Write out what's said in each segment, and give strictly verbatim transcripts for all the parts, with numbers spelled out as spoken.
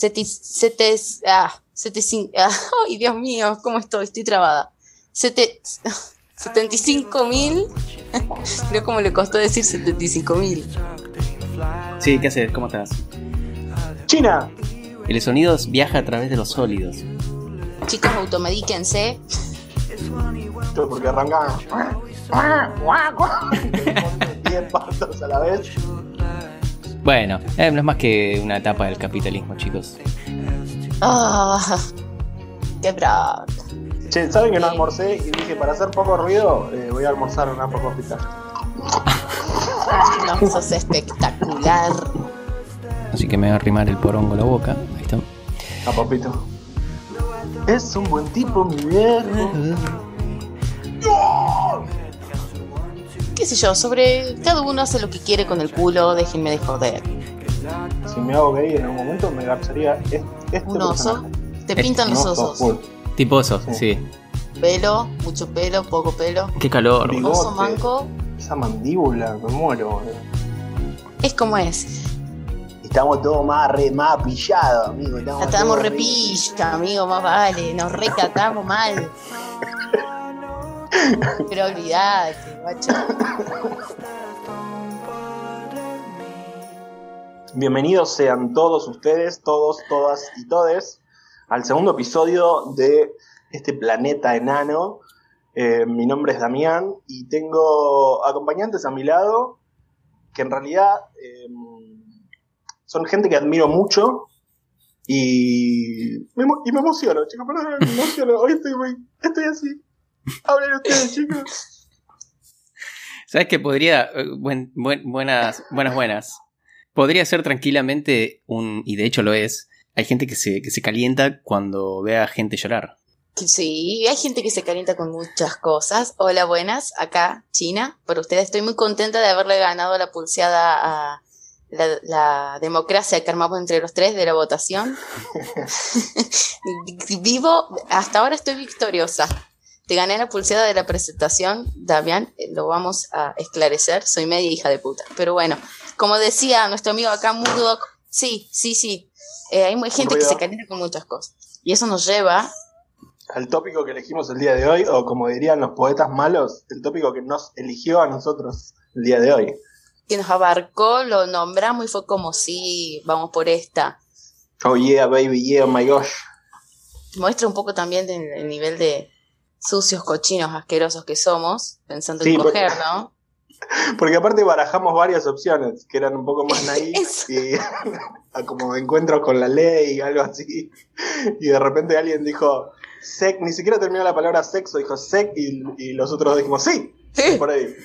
Seti, sete, ah, sete, ah, ay, Dios mío, ¿cómo estoy? Estoy trabada. Sete, setenta y cinco mil. Creo como le costó decir setenta y cinco mil. Sí, ¿qué haces? ¿Cómo estás? China. El sonido viaja a través de los sólidos. Chicos, automedíquense. Esto porque arranca diez pasos a la vez. Bueno, eh, no es más que una etapa del capitalismo, chicos. Ah, qué bravo. Che, ¿saben que no almorcé? Y dije, para hacer poco ruido, eh, voy a almorzar una poco pizza. No, sos espectacular. Así que me va a arrimar el porongo a la boca. Ahí está. A papito. Es un buen tipo, mi viejo. Qué sé yo, sobre cada uno hace lo que quiere con el culo, déjenme de joder. Si me hago gay en algún momento, me garcharía este, este Un oso, personaje. te pintan los Un oso osos. full. Tipo oso, Sí. sí. Pelo, mucho pelo, poco pelo. Qué calor. Bigote. Oso manco, Esa mandíbula, me muero, boludo. es como es. Estamos todos más, re, más pillados, amigo. Estamos, Estamos todos repilla, amigo, más vale, nos recatamos mal. Pero olvidate, guacho. Bienvenidos sean todos ustedes, todos, todas y todes, al segundo episodio de este planeta enano. Eh, mi nombre es Damián y tengo acompañantes a mi lado que en realidad eh, son gente que admiro mucho y me, emo- y me emociono, chicos, perdón, me emociono. Hoy estoy muy, estoy así. Hablen ustedes, chicos. ¿Sabes qué podría? eh, Buen, buen, buenas, buenas, buenas. Podría ser tranquilamente un, y de hecho lo es, hay gente que se, que se calienta cuando ve a gente llorar. Sí, hay gente que se calienta con muchas cosas. Hola, buenas, acá China. Por ustedes estoy muy contenta de haberle ganado la pulseada a la, la democracia que armamos entre los tres de la votación. Vivo, hasta ahora estoy victoriosa. Te gané la pulseada de la presentación, Damián, eh, lo vamos a esclarecer, soy media hija de puta. Pero bueno, como decía nuestro amigo acá, Murdoch, sí, sí, sí, eh, hay muy gente que Ruido. se calienta con muchas cosas. Y eso nos lleva... Al tópico que elegimos el día de hoy, o como dirían los poetas malos, el tópico que nos eligió a nosotros el día de hoy. que nos abarcó, lo nombramos y fue como, sí, vamos por esta. Oh yeah, baby, yeah, oh my gosh. Muestra un poco también del, el nivel de sucios, cochinos, asquerosos que somos, pensando Sí, en coger, porque- ¿no? Porque aparte barajamos varias opciones que eran un poco más naif Eso. y como encuentros con la ley, algo así. Y de repente alguien dijo, sec, ni siquiera terminó la palabra sexo, dijo sec y, y los otros dijimos, sí, Sí. por ahí.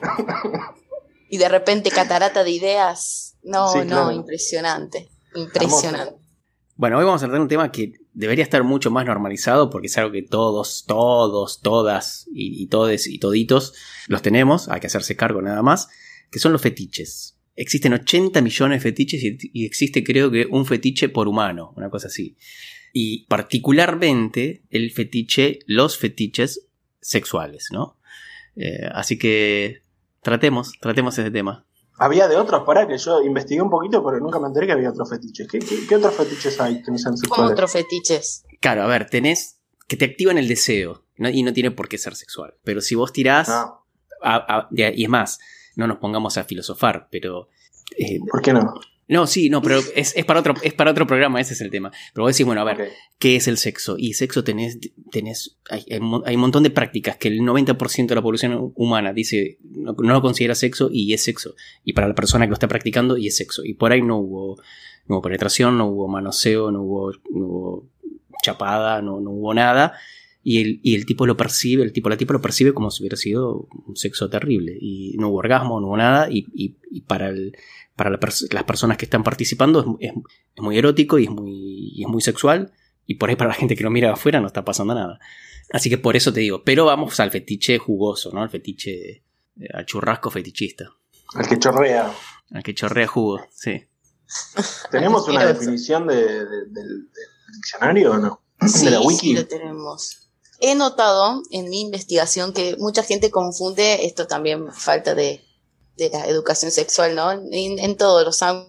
Y de repente catarata de ideas. No, Sí, no, claro. impresionante. Impresionante. Bueno, hoy vamos a tratar un tema que debería estar mucho más normalizado porque es algo que todos, todos, todas y, y todes y toditos los tenemos, hay que hacerse cargo nada más, que son los fetiches. Existen ochenta millones de fetiches y, y existe creo que un fetiche por humano, una cosa así. Y particularmente el fetiche, los fetiches sexuales, ¿no? Eh, así que tratemos, tratemos ese tema. Había de otros, pará, que yo investigué un poquito, pero nunca me enteré que había otros fetiches. ¿Qué, qué, qué otros fetiches hay que no sean Como sexuales? otros fetiches. Claro, a ver, tenés que te activan el deseo, ¿no? Y no tiene por qué ser sexual. Pero si vos tirás, Ah, a- a- y es más, no nos pongamos a filosofar, pero... eh, ¿por qué no? no, sí, no, pero es, es, para otro, es para otro programa, ese es el tema. Pero vos decís, bueno, a ver, Ok. ¿qué es el sexo? Y sexo tenés, tenés hay, hay mo- hay un montón de prácticas que el noventa por ciento de la población humana dice, no, no lo considera sexo y es sexo. Y para la persona que lo está practicando y es sexo. Y por ahí no hubo, no hubo penetración, no hubo manoseo, no hubo, no hubo chapada, no, no hubo nada. Y el, y el tipo lo percibe, el tipo la tipa lo percibe como si hubiera sido un sexo terrible. Y no hubo orgasmo, no hubo nada. Y, y, y para el, para la pers- las personas que están participando es, es, es muy erótico y es muy, y es muy sexual. Y por ahí para la gente que lo mira de afuera no está pasando nada. Así que por eso te digo. Pero vamos al fetiche jugoso, ¿no? Al fetiche, eh, al churrasco fetichista. El que chorrea. Al que chorrea jugo, sí. ¿Tenemos una Asqueroso. definición de, de- del, del diccionario o no? Sí, de la sí wiki. lo tenemos. He notado en mi investigación que mucha gente confunde, esto también falta de, de la educación sexual, ¿no? En, en todos los ámbitos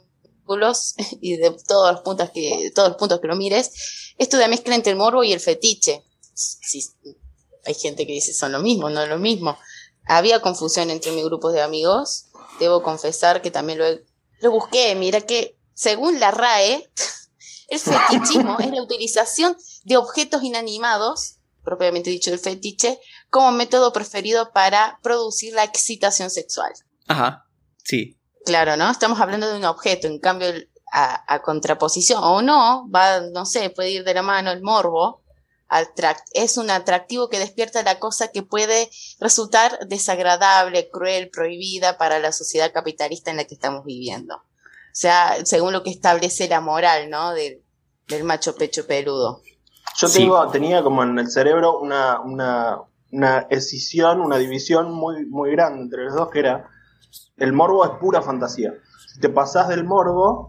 ángulos y de todos los puntos que, de todos los puntos que lo mires, esto de la mezcla entre el morbo y el fetiche. Sí, hay gente que dice son lo mismo, no es lo mismo. Había confusión entre mi grupo de amigos. Debo confesar que también lo, lo busqué. Mira que según la R A E, el fetichismo es la utilización de objetos inanimados, propiamente dicho el fetiche, como método preferido para producir la excitación sexual. Ajá, sí. Claro, ¿no? Estamos hablando de un objeto, en cambio a, a contraposición, o no, va, no sé, puede ir de la mano el morbo, atract- es un atractivo que despierta la cosa que puede resultar desagradable, cruel, prohibida para la sociedad capitalista en la que estamos viviendo. O sea, según lo que establece la moral, ¿no? Del, del macho pecho peludo. Yo Sí. tengo, tenía como en el cerebro una, una, una escisión, una división muy, muy grande entre los dos, que era el morbo es pura fantasía. Si te pasás del morbo,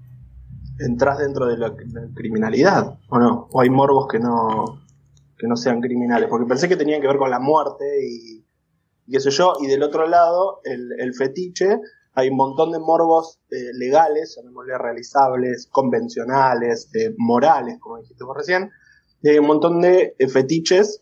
entras dentro de la, de la criminalidad, ¿o no? O hay morbos que no, que no sean criminales, porque pensé que tenían que ver con la muerte y, y qué sé yo, y del otro lado, el, el fetiche, hay un montón de morbos eh, legales, llamémosle realizables, convencionales, eh, morales, como dijiste vos recién, y hay un montón de eh, fetiches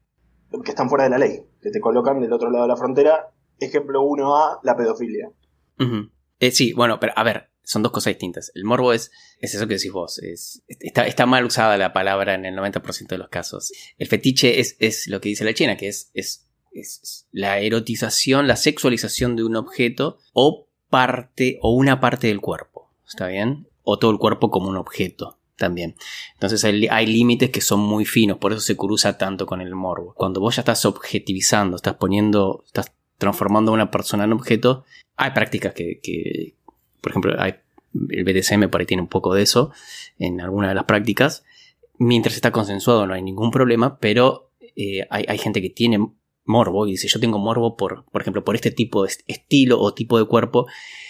que están fuera de la ley, que te colocan del otro lado de la frontera. Ejemplo uno A, la pedofilia. Uh-huh. Eh, sí, bueno, pero a ver, son dos cosas distintas. El morbo es, es eso que decís vos. Es, está, está mal usada la palabra en el noventa por ciento de los casos. El fetiche es, es lo que dice la China, que es, es, es la erotización, la sexualización de un objeto o parte o una parte del cuerpo. ¿Está bien? O todo el cuerpo como un objeto. También. Entonces hay, hay límites que son muy finos, por eso se cruza tanto con el morbo. Cuando vos ya estás objetivizando, estás poniendo, estás transformando a una persona en objeto, hay prácticas que, que por ejemplo, hay, el B D S M por ahí tiene un poco de eso en alguna de las prácticas. Mientras está consensuado no hay ningún problema, pero eh, hay, hay gente que tiene morbo y dice yo tengo morbo por, por ejemplo, por este tipo de estilo o tipo de cuerpo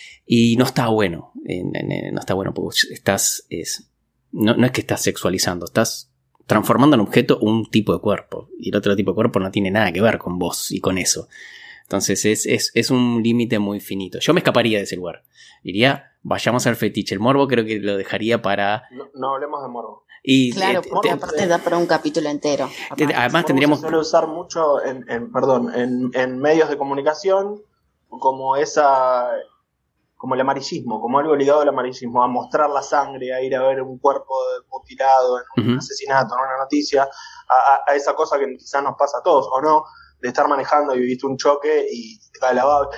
y no está bueno, eh, no está bueno porque estás... Es, No, no es que estás sexualizando, estás transformando en objeto un tipo de cuerpo. Y el otro tipo de cuerpo no tiene nada que ver con vos y con eso. Entonces es, es, es un límite muy finito. Yo me escaparía de ese lugar. Diría, vayamos al fetiche. El morbo creo que lo dejaría para... No, no hablemos de morbo. Y, claro, eh, porque te, aparte da para un capítulo entero. Te, además, además tendríamos... Se suele usar mucho en, en, perdón, en, en medios de comunicación como esa... como el amarillismo, como algo ligado al amarillismo, a mostrar la sangre, a ir a ver un cuerpo mutilado en un uh-huh. asesinato, en una noticia, a, a esa cosa que quizás nos pasa a todos, o no, de estar manejando y viste un choque y te cae la baba,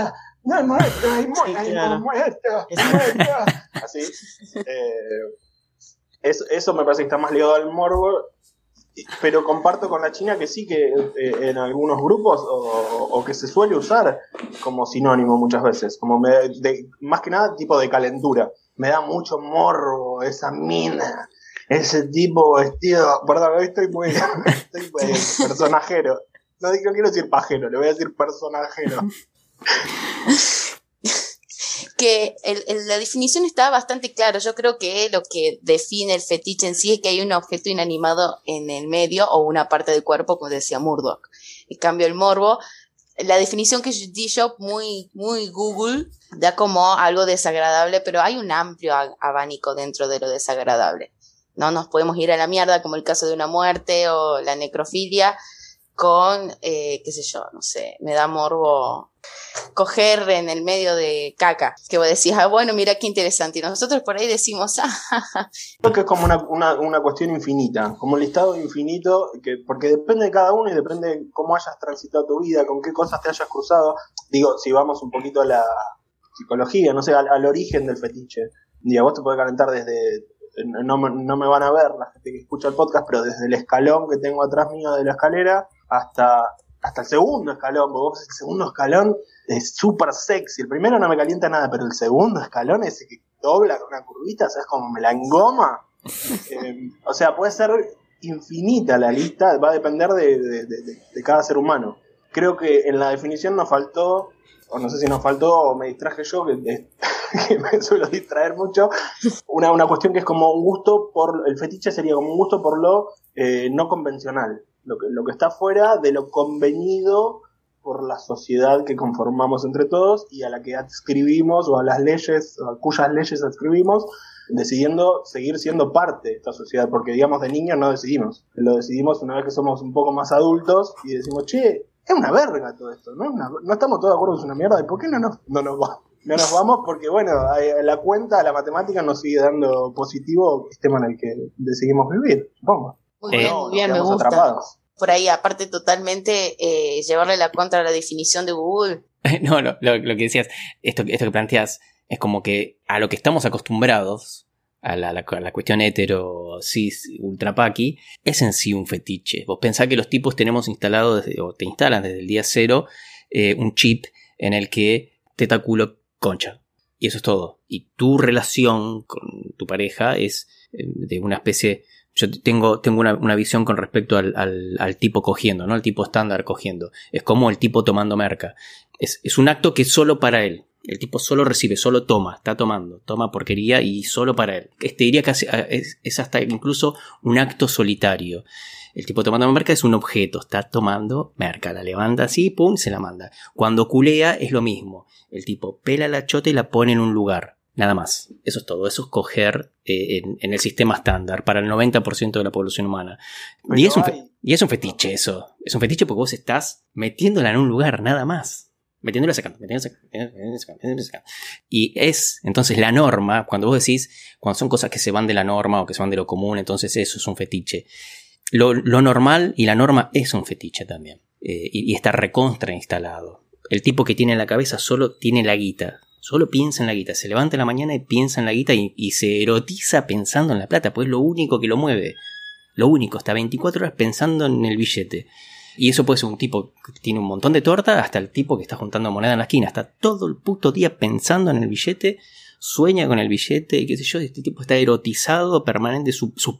no hay muerto, hay muerto, hay muerto, así. Eh, eso, eso me parece que está más ligado al morbo, pero comparto con la China que sí, que eh, en algunos grupos o, o que se suele usar como sinónimo muchas veces, como me, de, más que nada tipo de calentura. Me da mucho morbo esa mina, ese tipo vestido, perdón, hoy estoy muy, estoy muy personajero, no, no quiero decir pajero, le voy a decir personajero. Que el, el, la definición está bastante clara. Yo creo que lo que define el fetiche en sí es que hay un objeto inanimado en el medio o una parte del cuerpo, como decía Murdoch. En cambio, el morbo, la definición que di yo, muy, muy Google, da como algo desagradable, pero hay un amplio abanico dentro de lo desagradable. No nos podemos ir a la mierda, como el caso de una muerte o la necrofilia, con, eh, qué sé yo, no sé, me da morbo coger en el medio de caca, que vos decís, ah, bueno, mira qué interesante, y nosotros por ahí decimos, ah, creo que es como una, una, una cuestión infinita, como un listado infinito, que, porque depende de cada uno y depende de cómo hayas transitado tu vida, con qué cosas te hayas cruzado. Digo, si vamos un poquito a la psicología, no sé, al, al origen del fetiche, digo, vos te podés calentar desde, no, no me van a ver la gente que escucha el podcast, pero desde el escalón que tengo atrás mío de la escalera hasta... hasta el segundo escalón, porque vos el segundo escalón es súper sexy. El primero no me calienta nada, pero el segundo escalón, ese que dobla con una curvita, ¿sabes cómo me la engoma? eh, o sea, puede ser infinita la lista, va a depender de, de, de, de cada ser humano. Creo que en la definición nos faltó, o no sé si nos faltó, o me distraje yo, que, que me suelo distraer mucho, una, una cuestión que es como un gusto por, el fetiche sería como un gusto por lo eh, no convencional. Lo que, lo que está fuera de lo convenido por la sociedad que conformamos entre todos y a la que adscribimos, o a las leyes, o a cuyas leyes adscribimos, decidiendo seguir siendo parte de esta sociedad, porque digamos de niños no decidimos, lo decidimos una vez que somos un poco más adultos y decimos, che, es una verga todo esto, ¿no? Una, no estamos todos de acuerdo que es una mierda, ¿y por qué no nos, no nos vamos? No nos vamos porque, bueno, la cuenta, la matemática nos sigue dando positivo el sistema en el que decidimos vivir, supongo. Muy bien, no, muy bien, me gusta. Atrapados. Por ahí, aparte, totalmente eh, llevarle la contra a la definición de Google. No, no, lo, lo que decías, esto, esto que planteas, es como que a lo que estamos acostumbrados, a la, la, a la cuestión hetero, cis, ultrapaqui, es en sí un fetiche. Vos pensás que los tipos tenemos instalado, desde, o te instalan desde el día cero, eh, un chip en el que teta, culo, concha. Y eso es todo. Y tu relación con tu pareja es eh, de una especie... Yo tengo, tengo una, una visión con respecto al, al, al tipo cogiendo, ¿no? El tipo estándar cogiendo. Es como el tipo tomando merca. Es, es un acto que es solo para él. El tipo solo recibe, solo toma, está tomando, toma porquería y solo para él. Este diría que es, es hasta incluso un acto solitario. El tipo tomando merca es un objeto, está tomando merca, la levanta así, pum, se la manda. Cuando culea es lo mismo. El tipo pela la chota y la pone en un lugar. Nada más. Eso es todo. Eso es coger eh, en, en el sistema estándar para el noventa por ciento de la población humana. Y es, un fe- y es un fetiche eso. Es un fetiche porque vos estás metiéndola en un lugar, nada más. Metiéndola sacando, metiéndola sacando, metiéndola sacando, metiéndola sacando. Y es, entonces, la norma, cuando vos decís, cuando son cosas que se van de la norma o que se van de lo común, entonces eso es un fetiche. Lo, lo normal y la norma es un fetiche también. Eh, y, y está recontra instalado. El tipo que tiene en la cabeza solo tiene la guita. Solo piensa en la guita. Se levanta en la mañana y piensa en la guita y, y se erotiza pensando en la plata, pues es lo único que lo mueve. Lo único, está veinticuatro horas pensando en el billete. Y eso puede ser un tipo que tiene un montón de torta, hasta el tipo que está juntando moneda en la esquina. Está todo el puto día pensando en el billete, sueña con el billete, y qué sé yo, este tipo está erotizado permanente. Su, su,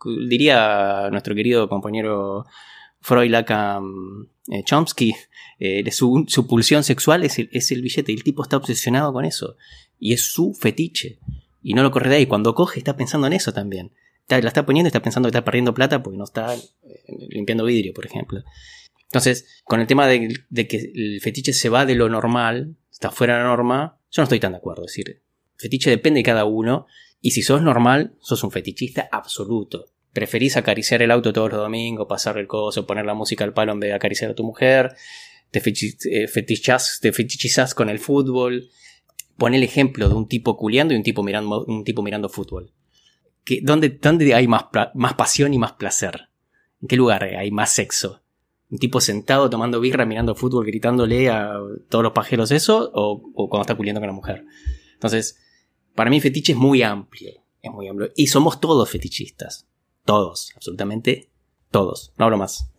diría nuestro querido compañero Freud Lacan eh, Chomsky, eh, su, su pulsión sexual es el, es el billete, y el tipo está obsesionado con eso. Y es su fetiche. Y no lo corre de ahí. Cuando coge está pensando en eso también. Está, la está poniendo y está pensando que está perdiendo plata porque no está eh, limpiando vidrio, por ejemplo. Entonces, con el tema de, de que el fetiche se va de lo normal, está fuera de la norma, yo no estoy tan de acuerdo. Es decir, fetiche depende de cada uno. Y si sos normal, sos un fetichista absoluto. Preferís acariciar el auto todos los domingos, pasar el coso, poner la música al palo en vez de acariciar a tu mujer. Te fetichizás, te fetichizás con el fútbol. Pon el ejemplo de un tipo culiando y un tipo mirando, un tipo mirando fútbol. ¿Qué, dónde, ¿Dónde hay más, más pasión y más placer? ¿En qué lugar hay más sexo? ¿Un tipo sentado tomando birra, mirando fútbol, gritándole a todos los pajeros eso? ¿O, o cuando está culiando con la mujer? Entonces, para mí fetiche es muy amplio. Es muy amplio. Y somos todos fetichistas. Todos. Absolutamente todos. No hablo más.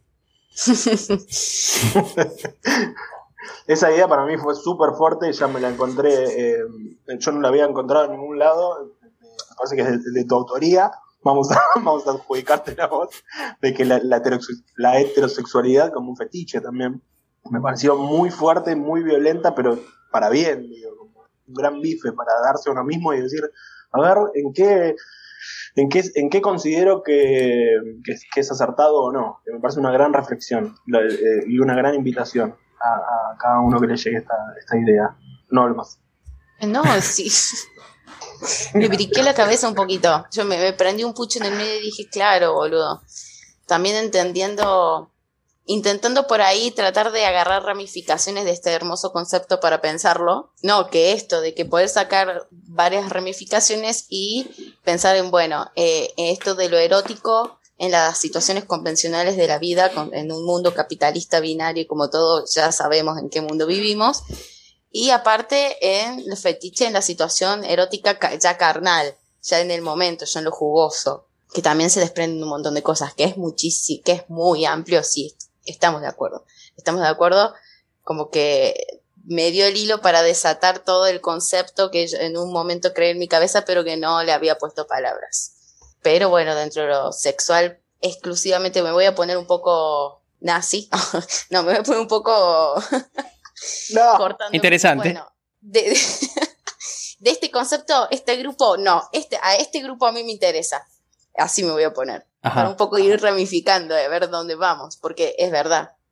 Esa idea para mí fue súper fuerte. Ya me la encontré. Eh, yo no la había encontrado en ningún lado. Me parece que es de, de tu autoría. Vamos a, vamos a adjudicarte la voz de que la, la, heterosex, la heterosexualidad como un fetiche también me pareció muy fuerte, muy violenta, pero para bien, digo, como un gran bife para darse a uno mismo y decir, a ver, ¿en qué, en qué, en qué considero que, que, que es acertado o no? Que me parece una gran reflexión la, eh, y una gran invitación a, a cada uno que le llegue esta, esta idea. No hablo más. No, sí. Me briqué la cabeza un poquito. Yo me, me prendí un pucho en el medio y dije, claro, boludo. También entendiendo, intentando por ahí tratar de agarrar ramificaciones de este hermoso concepto para pensarlo. No, que esto, de que poder sacar varias ramificaciones y pensar en, bueno, eh, esto de lo erótico en las situaciones convencionales de la vida, con, en un mundo capitalista binario, como todos ya sabemos en qué mundo vivimos. Y aparte en el fetiche, en la situación erótica ya carnal, ya en el momento, ya en lo jugoso, que también se desprenden un montón de cosas, que es muchísimo, que es muy amplio, sí, estamos de acuerdo. Estamos de acuerdo, como que me dio el hilo para desatar todo el concepto que yo en un momento creé en mi cabeza, pero que no le había puesto palabras. Pero bueno, dentro de lo sexual, exclusivamente me voy a poner un poco nazi, no, me voy a poner un poco... No. Cortando, interesante. Bueno, de, de, de este concepto, este grupo, no, este, a este grupo a mí me interesa. Así me voy a poner. Ajá. Para un poco ir ramificando, de ver dónde vamos, porque es verdad.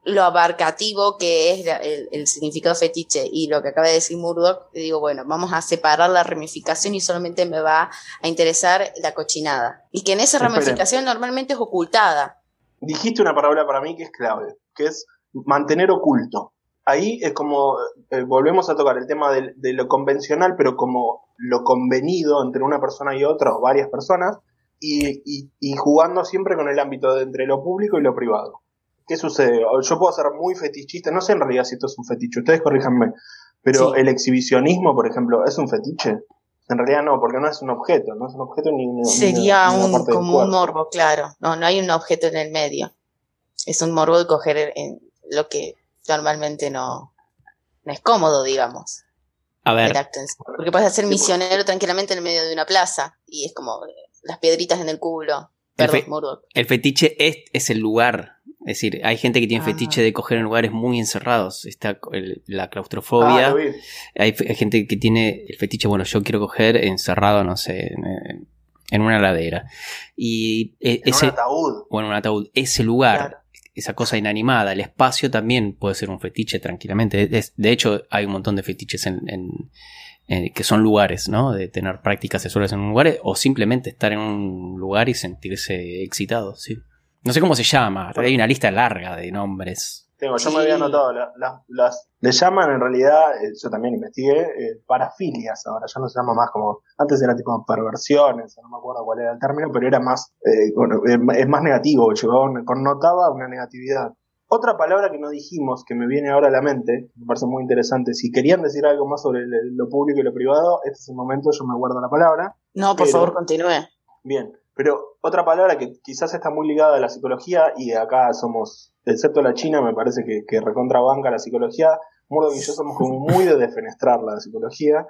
lo abarcativo que es la, el, el significado fetiche y lo que acaba de decir Murdoch, digo, bueno, vamos a separar la ramificación y solamente me va a interesar la cochinada. Y que en esa Esperen. ramificación normalmente es ocultada. Dijiste una palabra para mí que es clave, que es mantener oculto. Ahí es como, eh, volvemos a tocar el tema de, de lo convencional, pero como lo convenido entre una persona y otra, o varias personas, y, y, y jugando siempre con el ámbito de entre lo público y lo privado. ¿Qué sucede? Yo puedo ser muy fetichista, no sé en realidad si esto es un fetiche, ustedes corríjanme, pero Sí. el exhibicionismo, por ejemplo, ¿es un fetiche? En realidad no, porque no es un objeto, no es un objeto ni, ni Sería ni una un, parte del como un cuerpo. morbo, claro. No, no hay un objeto en el medio. Es un morbo de coger en lo que normalmente no, no es cómodo, digamos. A ver, El acto en sí. Porque puedes ser misionero tranquilamente en el medio de una plaza y es como eh, las piedritas en el culo. El Perdón, fe- Murdoch. el fetiche es, es el lugar. Es decir, hay gente que tiene Ah. fetiche de coger en lugares muy encerrados. Está el- la Ah, claustrofobia. lo vi. Hay, fe- hay gente que tiene el fetiche, bueno, yo quiero coger encerrado, no sé, en, en una ladera. Y eh, En ese, un ataúd. o en un ataúd, ese lugar, Claro. esa cosa inanimada, el espacio también puede ser un fetiche tranquilamente. Es- de hecho, hay un montón de fetiches en, en- en- que son lugares, ¿no? De tener prácticas sexuales en un lugar o simplemente estar en un lugar y sentirse excitado, sí. No sé cómo se llama, hay una lista larga de nombres. Tengo, yo Sí. me había anotado la- la- las. Le llaman en realidad, eh, yo también investigué, eh, parafilias ahora, ya no se llama más como. Antes era tipo perversiones, no me acuerdo cuál era el término, pero era más. Eh, bueno, eh, es más negativo, llegó, connotaba una negatividad. Otra palabra que no dijimos, que me viene ahora a la mente, me parece muy interesante. Si querían decir algo más sobre el- lo público y lo privado, este es el momento, yo me guardo la palabra. No, por Pero- favor, continúe. Bien, pero otra palabra que quizás está muy ligada a la psicología, y acá somos, excepto la China, me parece que, que recontrabanca la psicología. Murdoch y yo somos como muy de defenestrar la psicología.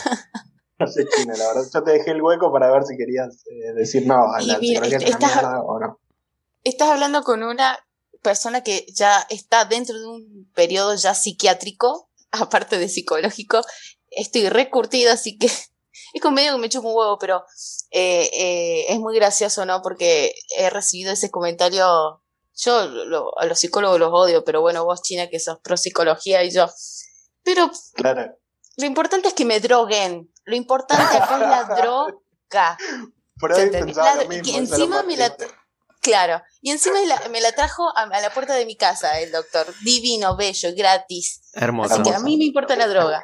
No sé, China, la verdad. Yo te dejé el hueco para ver si querías eh, decir no, a Y la mira, psicología es una estás- mierda o no. Estás hablando con una persona que ya está dentro de un periodo ya psiquiátrico, aparte de psicológico. Estoy recurtida, así que es con medio que me chupo un huevo, pero eh, eh, es muy gracioso, ¿no? Porque he recibido ese comentario. Yo lo- a los psicólogos los odio, pero bueno, vos, China, que sos pro psicología, y yo. Pero Claro. lo importante es que me droguen. Lo importante acá es la droga. Por ¿Se ahí entiende? pensaba La- lo mismo. que esa era encima más me la, triste. claro, y encima la- me la trajo a, a la puerta de mi casa el doctor, divino, bello, gratis, Hermoso. así que a Hermoso. mí me importa la droga.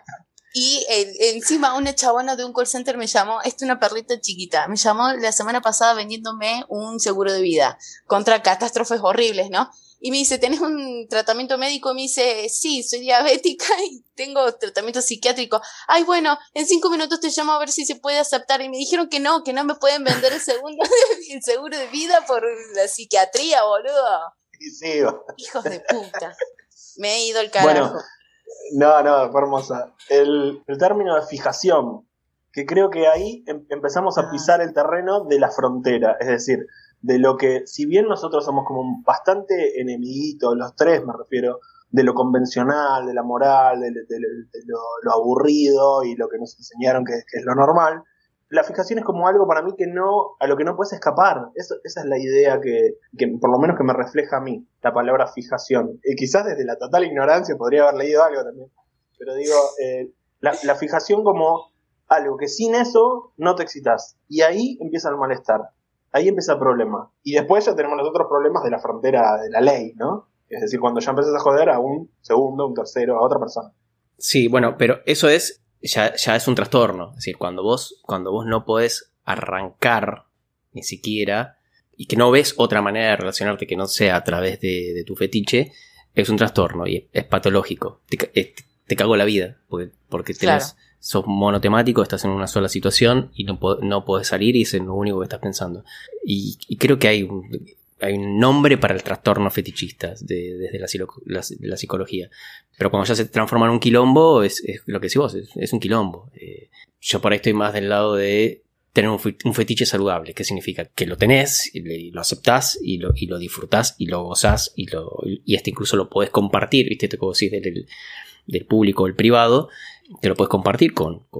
Y eh, encima una chabona de un call center me llamó, esta es una perrita chiquita, me llamó la semana pasada vendiéndome un seguro de vida contra catástrofes horribles, ¿no? Y me dice, ¿tenés un tratamiento médico? Y me dice, sí, soy diabética y tengo tratamiento psiquiátrico. Ay, bueno, en cinco minutos te llamo a ver si se puede aceptar. Y me dijeron que no, que no me pueden vender el, segundo, el seguro de vida por la psiquiatría, boludo. Y sí, va. Hijos de puta. Me he ido al carajo. Bueno, no, no, fue hermosa. El, el término de fijación, que creo que ahí em- empezamos a Ah. pisar el terreno de la frontera, es decir, de lo que, si bien nosotros somos como bastante enemiguitos, los tres me refiero, de lo convencional, de la moral, de, de- de- de lo, lo aburrido y lo que nos enseñaron que, que es lo normal, la fijación es como algo para mí que no, a lo que no puedes escapar. Eso, esa es la idea que, que, por lo menos que me refleja a mí, la palabra fijación. Y quizás desde la total ignorancia podría haber leído algo también. Pero digo, eh, la, la fijación como algo que sin eso no te excitas. Y ahí empieza el malestar. Ahí empieza el problema. Y después ya tenemos los otros problemas de la frontera de la ley, ¿no? Es decir, cuando ya empiezas a joder a un segundo, un tercero, a otra persona. Sí, bueno, pero eso es ya, ya es un trastorno. Es decir, cuando vos, cuando vos no podés arrancar ni siquiera y que no ves otra manera de relacionarte que no sea a través de, de tu fetiche, es un trastorno y es, es patológico. Te, ca- es- te cago la vida porque, porque tenés, Claro. sos monotemático, estás en una sola situación y no, po- no podés salir y eso es lo único que estás pensando. Y, y creo que hay un, hay un nombre para el trastorno fetichista de- desde la, psilo- la- la psicología. Pero cuando ya se transforma en un quilombo, es, es lo que decís vos, es, es un quilombo. Eh, yo por ahí estoy más del lado de tener un, fe- un fetiche saludable. ¿Qué significa? Que lo tenés, y, le- y lo aceptás, y lo, y lo disfrutás, y lo gozás, y, lo, y este incluso lo podés compartir, ¿viste? Te como decís del, del público o el privado, te lo podés compartir con, con,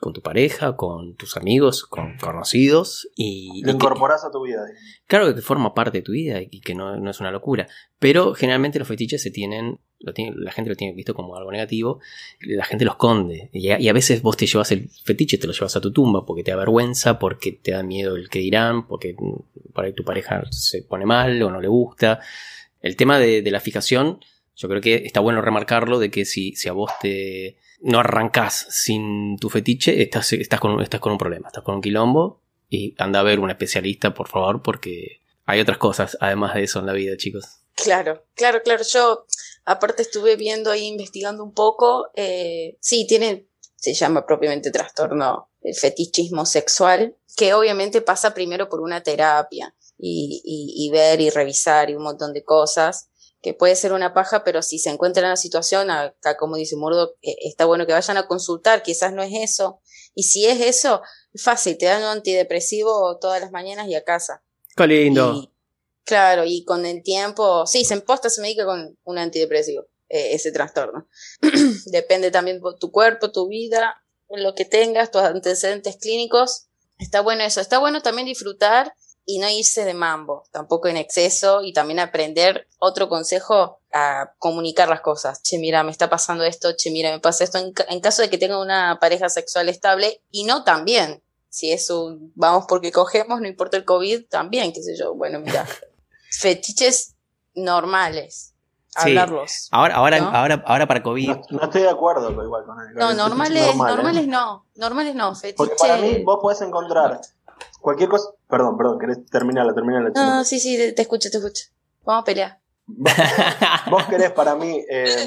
con tu pareja, con tus amigos, con conocidos y... Lo y incorporás que, a tu vida. Claro que forma parte de tu vida y que no, no es una locura. Pero generalmente los fetiches se tienen, lo tiene, la gente lo tiene visto como algo negativo, la gente lo esconde. Y a, y a veces vos te llevas el fetiche, te lo llevas a tu tumba porque te da vergüenza, porque te da miedo el que dirán, porque por ahí tu pareja se pone mal o no le gusta. El tema de, de la fijación, yo creo que está bueno remarcarlo, de que si, si a vos te... no arrancás sin tu fetiche, estás, estás, con, estás con un problema, estás con un quilombo y anda a ver un especialista, por favor, porque hay otras cosas además de eso en la vida, chicos. Claro, claro, claro. Yo, aparte, estuve viendo ahí, investigando un poco. Eh, sí, tiene, se llama propiamente trastorno el fetichismo sexual, que obviamente pasa primero por una terapia y, y, y ver y revisar y un montón de cosas. Que puede ser una paja, pero si se encuentra en una situación, acá como dice Murdoch, eh, está bueno que vayan a consultar, quizás no es eso, y si es eso, es fácil, te dan un antidepresivo todas las mañanas y a casa. ¡Qué lindo! Y, claro, y con el tiempo, sí, se emposta, se medica con un antidepresivo, eh, ese trastorno. Depende también de tu cuerpo, tu vida, lo que tengas, tus antecedentes clínicos, está bueno eso, está bueno también disfrutar y no irse de mambo, tampoco en exceso, y también aprender, otro consejo, a comunicar las cosas. Che, mira, me está pasando esto, che, mira, me pasa esto, en, en caso de que tenga una pareja sexual estable, y no también, si es un, vamos porque cogemos, no importa el COVID, también, qué sé yo, bueno, mira, fetiches normales, sí. Hablarlos. Ahora, ahora, ¿no? ahora, ahora para COVID. No, no estoy de acuerdo pero igual con el, con No, el normales, normal, normales ¿eh? no, normales no, fetiche. Porque para mí vos podés encontrar cualquier cosa. Perdón, perdón, querés terminarla, terminarla. No, no, sí, sí, te escucho, te escucho. Vamos a pelear. Vos, vos querés para mí, eh,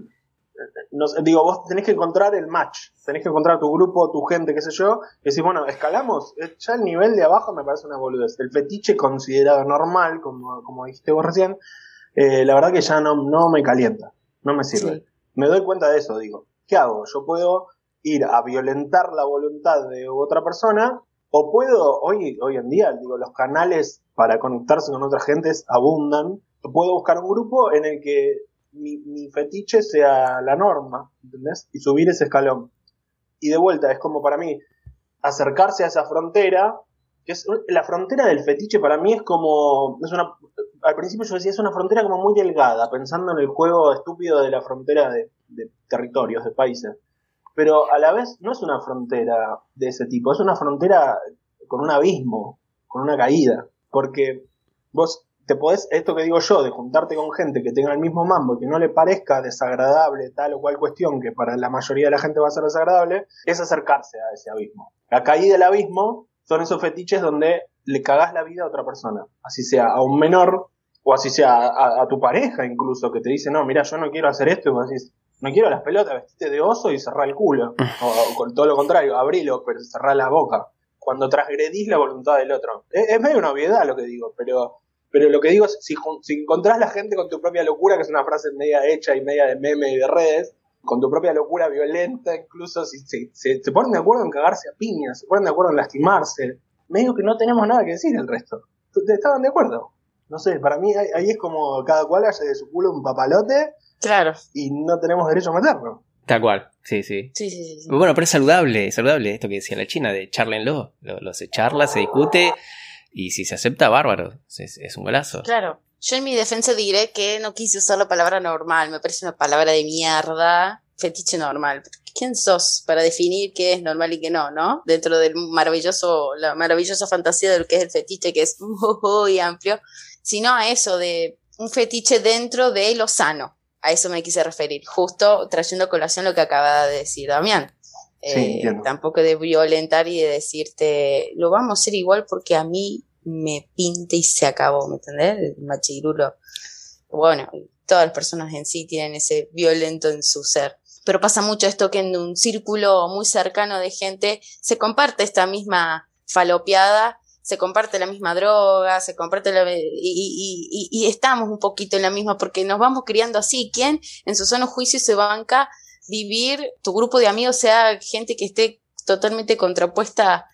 no sé, digo, vos tenés que encontrar el match, tenés que encontrar tu grupo, tu gente, qué sé yo, y decís, bueno, escalamos, ya el nivel de abajo me parece una boludez. El fetiche considerado normal, como, como dijiste vos recién, eh, la verdad que ya no, no me calienta, no me sirve. Sí. Me doy cuenta de eso, digo, ¿qué hago? Yo puedo ir a violentar la voluntad de otra persona, o puedo, hoy, hoy en día, digo, los canales para conectarse con otras gentes abundan. Puedo buscar un grupo en el que mi, mi fetiche sea la norma, ¿entendés? Y subir ese escalón. Y de vuelta, es como para mí, acercarse a esa frontera, que es la frontera del fetiche para mí es como, es una, al principio yo decía, es una frontera como muy delgada, pensando en el juego estúpido de la frontera de, de territorios, de países. Pero a la vez no es una frontera de ese tipo, es una frontera con un abismo, con una caída. Porque vos te podés, esto que digo yo, de juntarte con gente que tenga el mismo mambo y que no le parezca desagradable tal o cual cuestión, que para la mayoría de la gente va a ser desagradable, es acercarse a ese abismo. La caída del abismo son esos fetiches donde le cagás la vida a otra persona, así sea a un menor o así sea a, a tu pareja incluso, que te dice, no, mira, yo no quiero hacer esto, y vos decís, no quiero las pelotas, vestite de oso y cerrá el culo. O, o con todo lo contrario, abrilo, pero cerrá la boca. Cuando transgredís la voluntad del otro. Es, es medio una obviedad lo que digo, pero, pero lo que digo es, si, si encontrás la gente con tu propia locura, que es una frase media hecha y media de meme y de redes, con tu propia locura violenta, incluso si se, se, se ponen de acuerdo en cagarse a piñas, se ponen de acuerdo en lastimarse, medio que no tenemos nada que decir el resto. ¿Estaban de acuerdo? No sé, para mí ahí, ahí es como cada cual hace de su culo un papalote. Claro. Y no tenemos derecho a meterlo. Tal cual, sí, sí. Sí, sí, sí, sí. Bueno, pero es saludable, es saludable esto que decía la China, de charlenlo. Lo, lo se charla, se discute, y si se acepta, bárbaro. Es, es un golazo. Claro. Yo en mi defensa diré que no quise usar la palabra normal. Me parece una palabra de mierda. Fetiche normal. ¿Quién sos para definir qué es normal y qué no, no? Dentro del maravilloso, la maravillosa fantasía de lo que es el fetiche, que es muy amplio. Sino a eso de un fetiche dentro de lo sano. A eso me quise referir, justo trayendo a colación lo que acaba de decir Damián. Eh, sí, tampoco de violentar y de decirte, lo vamos a hacer igual porque a mí me pinta y se acabó, ¿me entendés? El machirulo. Bueno, todas las personas en sí tienen ese violento en su ser. Pero pasa mucho esto que en un círculo muy cercano de gente se comparte esta misma falopeada, se comparte la misma droga, se comparte la, y, y, y, y estamos un poquito en la misma porque nos vamos criando así. ¿Quién en su sano juicio se banca vivir, tu grupo de amigos sea gente que esté totalmente contrapuesta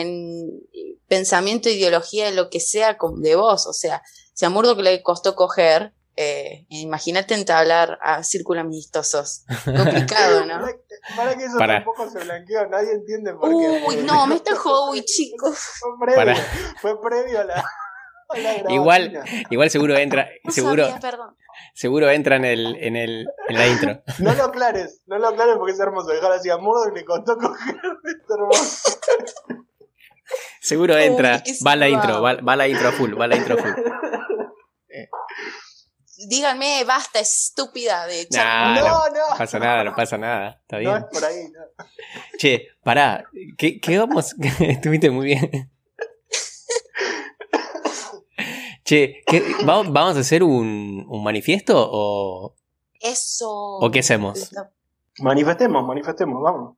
en pensamiento, ideología, de lo que sea de vos? O sea, si a Murdoch le costó coger, Eh, imagínate entablar a círculos amistosos. Complicado, ¿no? Para que eso Para. tampoco se blanqueó, nadie entiende por Uy, qué. no, me está jodiendo, chicos. Fue previo, Para. fue previo a la, a la grabatina. Igual, igual seguro entra, No seguro, sabía, perdón. seguro entra en el, en el, en la intro. No lo aclares, no lo aclares porque es hermoso. Dejar así a Murdoch y le contó coger. Es hermoso. Seguro entra, Uy, va la wow. intro, va, va la intro a full, va la intro a full. Díganme, basta, estúpida de echar. Nah, No, no, no. no pasa nada, no pasa nada, está No bien. es por ahí, no. Che, pará, ¿qué, qué vamos? Estuviste muy bien. Che, ¿qué, va- ¿vamos a hacer un, un manifiesto o, Eso. o qué hacemos? No. Manifestemos, manifestemos, vamos.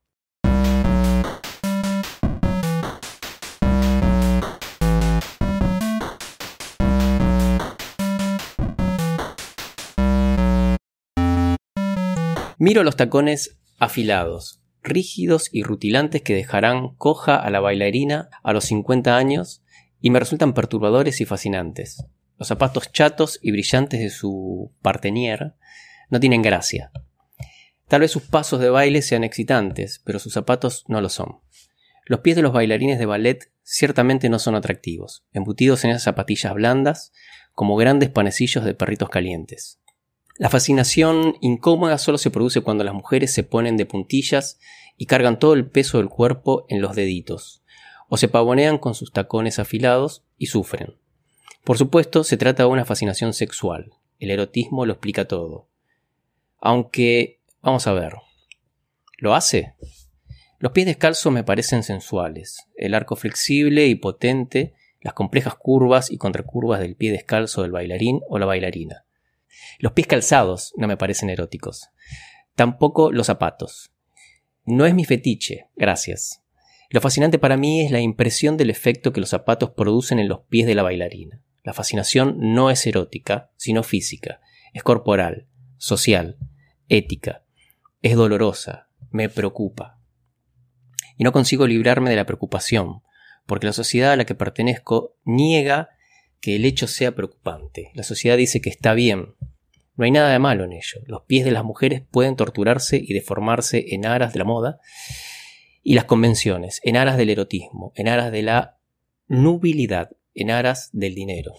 Miro los tacones afilados, rígidos y rutilantes que dejarán coja a la bailarina a los cincuenta años y me resultan perturbadores y fascinantes. Los zapatos chatos y brillantes de su parteñer no tienen gracia. Tal vez sus pasos de baile sean excitantes, pero sus zapatos no lo son. Los pies de los bailarines de ballet ciertamente no son atractivos, embutidos en esas zapatillas blandas como grandes panecillos de perritos calientes. La fascinación incómoda solo se produce cuando las mujeres se ponen de puntillas y cargan todo el peso del cuerpo en los deditos, o se pavonean con sus tacones afilados y sufren. Por supuesto, se trata de una fascinación sexual. El erotismo lo explica todo. Aunque, vamos a ver, ¿lo hace? Los pies descalzos me parecen sensuales. El arco flexible y potente, las complejas curvas y contracurvas del pie descalzo del bailarín o la bailarina. Los pies calzados no me parecen eróticos. Tampoco los zapatos. No es mi fetiche, gracias. Lo fascinante para mí es la impresión del efecto que los zapatos producen en los pies de la bailarina. La fascinación no es erótica, sino física. Es corporal, social, ética. Es dolorosa, me preocupa. Y no consigo librarme de la preocupación, porque la sociedad a la que pertenezco niega que el hecho sea preocupante. La sociedad dice que está bien. No hay nada de malo en ello. Los pies de las mujeres pueden torturarse y deformarse en aras de la moda y las convenciones, en aras del erotismo, en aras de la nubilidad, en aras del dinero.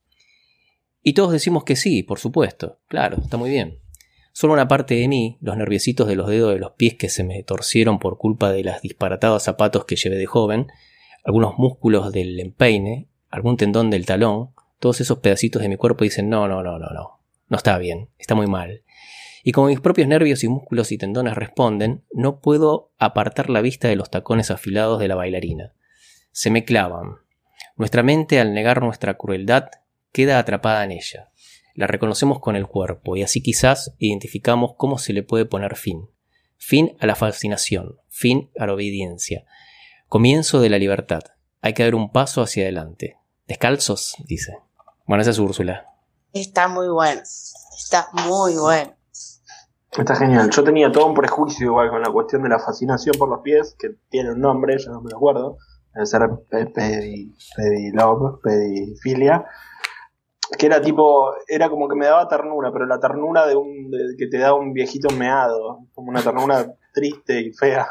Y todos decimos que sí, por supuesto. Claro, está muy bien. Solo una parte de mí, los nerviositos de los dedos de los pies que se me torcieron por culpa de los disparatados zapatos que llevé de joven, algunos músculos del empeine, algún tendón del talón, todos esos pedacitos de mi cuerpo dicen no, no, no, no, no. No está bien, está muy mal. Y como mis propios nervios y músculos y tendones responden, no puedo apartar la vista de los tacones afilados de la bailarina. Se me clavan. Nuestra mente, al negar nuestra crueldad, queda atrapada en ella. La reconocemos con el cuerpo y así quizás identificamos cómo se le puede poner fin. Fin a la fascinación, fin a la obediencia. Comienzo de la libertad. Hay que dar un paso hacia adelante. ¿Descalzos? Dice. Bueno, esa es Úrsula. Está muy bueno. Está muy bueno. Está genial. Yo tenía todo un prejuicio igual con la cuestión de la fascinación por los pies, que tiene un nombre, ya no me lo acuerdo. Debe ser pedi, pedilove, pedifilia. Que era tipo, era como que me daba ternura, pero la ternura de un de, que te da un viejito meado, como una ternura triste y fea.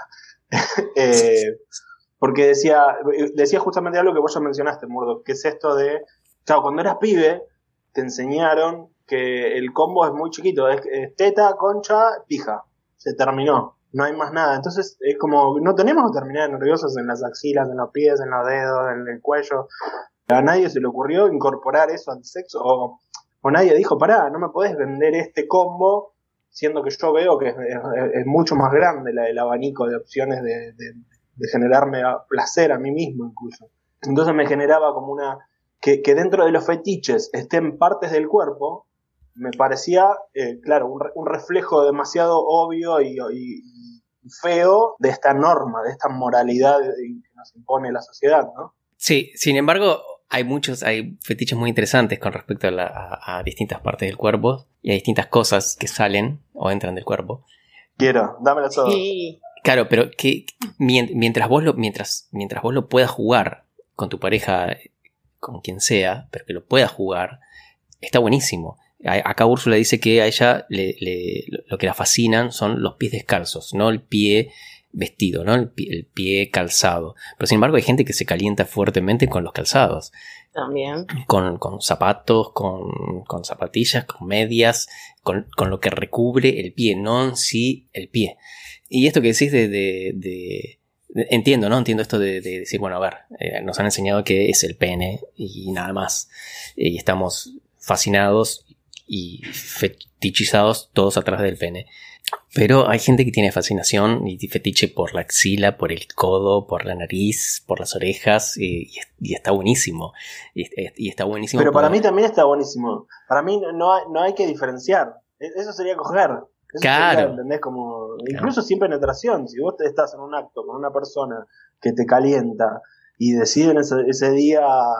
eh, porque decía, decía justamente algo que vos ya mencionaste, Murdoch, que es esto de, claro, cuando eras pibe, te enseñaron que el combo es muy chiquito, es, es teta, concha, pija, se terminó, no hay más nada. Entonces es como, no tenemos que terminar nerviosos en las axilas, en los pies, en los dedos, en el cuello. A nadie se le ocurrió incorporar eso al sexo, o, o nadie dijo, pará, no me podés vender este combo, siendo que yo veo que es, es, es mucho más grande la, el abanico de opciones de, de, de generarme placer a mí mismo incluso. Entonces me generaba como una... Que, que dentro de los fetiches estén partes del cuerpo, me parecía, eh, claro, un, un reflejo demasiado obvio y, y, y feo de esta norma, de esta moralidad que nos impone la sociedad, ¿no? Sí, sin embargo, hay muchos, hay fetiches muy interesantes con respecto a, la, a, a distintas partes del cuerpo y a distintas cosas que salen o entran del cuerpo. Quiero, dámelo todo. Sí. Claro, pero que mientras vos lo, mientras, mientras vos lo puedas jugar con tu pareja, con quien sea, pero que lo puedas jugar, está buenísimo. Acá Úrsula dice que a ella le, le, lo que la fascinan son los pies descalzos, no el pie vestido, ¿no? El pie, el pie calzado. Pero sin embargo hay gente que se calienta fuertemente con los calzados. También. Con, con zapatos, con, con zapatillas, con medias, con, con lo que recubre el pie, no en sí el pie. Y esto que decís de... de, de, de entiendo, ¿no? Entiendo esto de, de decir, bueno, a ver, eh, nos han enseñado que es el pene y nada más. Eh, y estamos fascinados y fetichizados todos atrás del pene. Pero hay gente que tiene fascinación y fetiche por la axila, por el codo, por la nariz, por las orejas, y, y está buenísimo. Y, y está buenísimo. Pero para poder... mí también está buenísimo. Para mí no hay, no hay que diferenciar. Eso sería coger. Eso claro. Sería, ¿entendés? Como, claro. Incluso sin penetración. Si vos estás en un acto con una persona que te calienta y deciden ese, ese día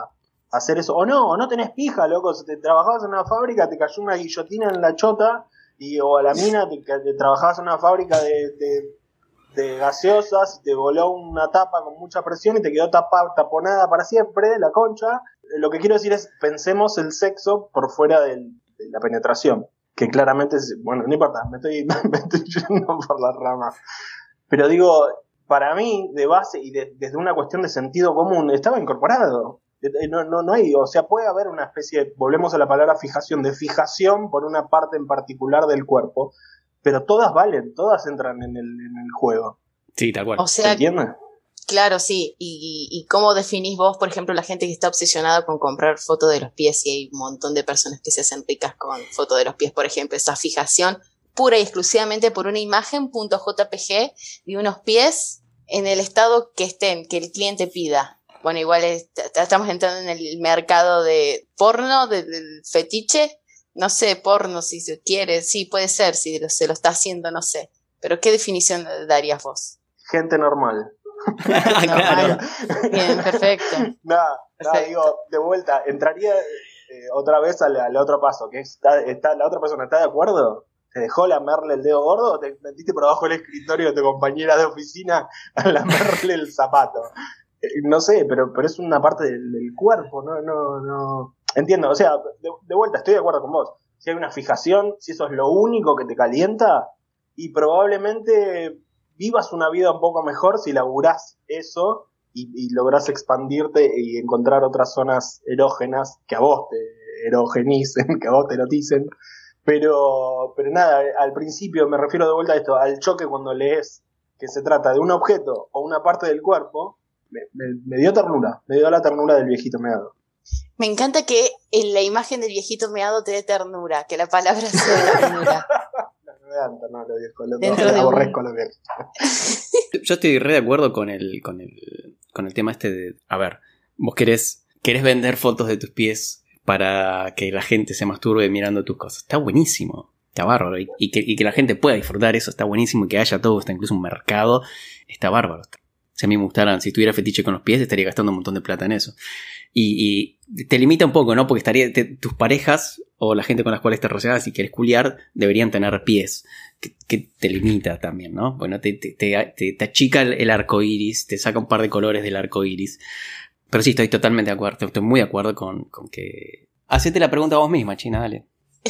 hacer eso, o no, o no tenés pija, loco. Si te trabajabas en una fábrica, te cayó una guillotina en la chota. Y, o a la mina, te, te trabajabas en una fábrica de, de, de gaseosas, te voló una tapa con mucha presión y te quedó tapa, taponada para siempre la concha. Lo que quiero decir es, pensemos el sexo por fuera del, de la penetración, que claramente es, bueno, no importa, me estoy, me estoy yendo por la rama. Pero digo, para mí, de base y de, desde una cuestión de sentido común, estaba incorporado. No, no, no hay, o sea, puede haber una especie de, volvemos a la palabra fijación, de fijación por una parte en particular del cuerpo, pero todas valen, todas entran en el, en el juego. Sí, tal cual. O sea, ¿entiendes? Claro, sí. Y, y, y cómo definís vos, por ejemplo, la gente que está obsesionada con comprar fotos de los pies, y hay un montón de personas que se hacen ricas con fotos de los pies, por ejemplo, esa fijación pura y exclusivamente por una imagen .jpg de unos pies en el estado que estén, que el cliente pida. Bueno, igual es, estamos entrando en el mercado de porno, del de, de fetiche, no sé, porno si se quiere, sí, puede ser, si lo, se lo está haciendo, no sé. Pero ¿qué definición darías vos? Gente normal. Normal. Bien, perfecto. Nada, nada, digo, de vuelta, entraría eh, otra vez al, al otro paso, que está, está, la otra persona está de acuerdo. ¿Te dejó lamerle el dedo gordo o te metiste por abajo del escritorio de tu compañera de oficina a lamerle el zapato? No sé, pero, pero es una parte del, del cuerpo, no, no, no. Entiendo, o sea, de, de vuelta, estoy de acuerdo con vos. Si hay una fijación, si eso es lo único que te calienta, y probablemente vivas una vida un poco mejor si laburás eso y, y lográs expandirte y encontrar otras zonas erógenas que a vos te erogenicen, que a vos te eroticen. Pero, pero nada, al principio me refiero de vuelta a esto, al choque cuando lees que se trata de un objeto o una parte del cuerpo. Me, me, me dio ternura, me dio la ternura del viejito meado. Me encanta que en la imagen del viejito meado te dé ternura, que la palabra sea ternura. No, no me dan ternura lo viejo, lo Dentro de aborrezco un... lo viejo. Yo estoy re de acuerdo con el, con el, con el tema este de, a ver, vos querés, querés vender fotos de tus pies para que la gente se masturbe mirando tus cosas. Está buenísimo, está bárbaro. Y, y, que, y que la gente pueda disfrutar eso, está buenísimo. Y que haya todo, está incluso un mercado, está bárbaro. Si a mí me gustaran, si tuviera fetiche con los pies, estaría gastando un montón de plata en eso. Y, y te limita un poco, ¿no? Porque estaría te, tus parejas o la gente con las cuales te rodeas, si quieres culiar, deberían tener pies. Que, que te limita también, ¿no? Bueno, te, te, te, te, te achica el, el arco iris, te saca un par de colores del arco iris. Pero sí, estoy totalmente de acuerdo. Estoy muy de acuerdo con, con que... Hacete la pregunta a vos misma, China, dale.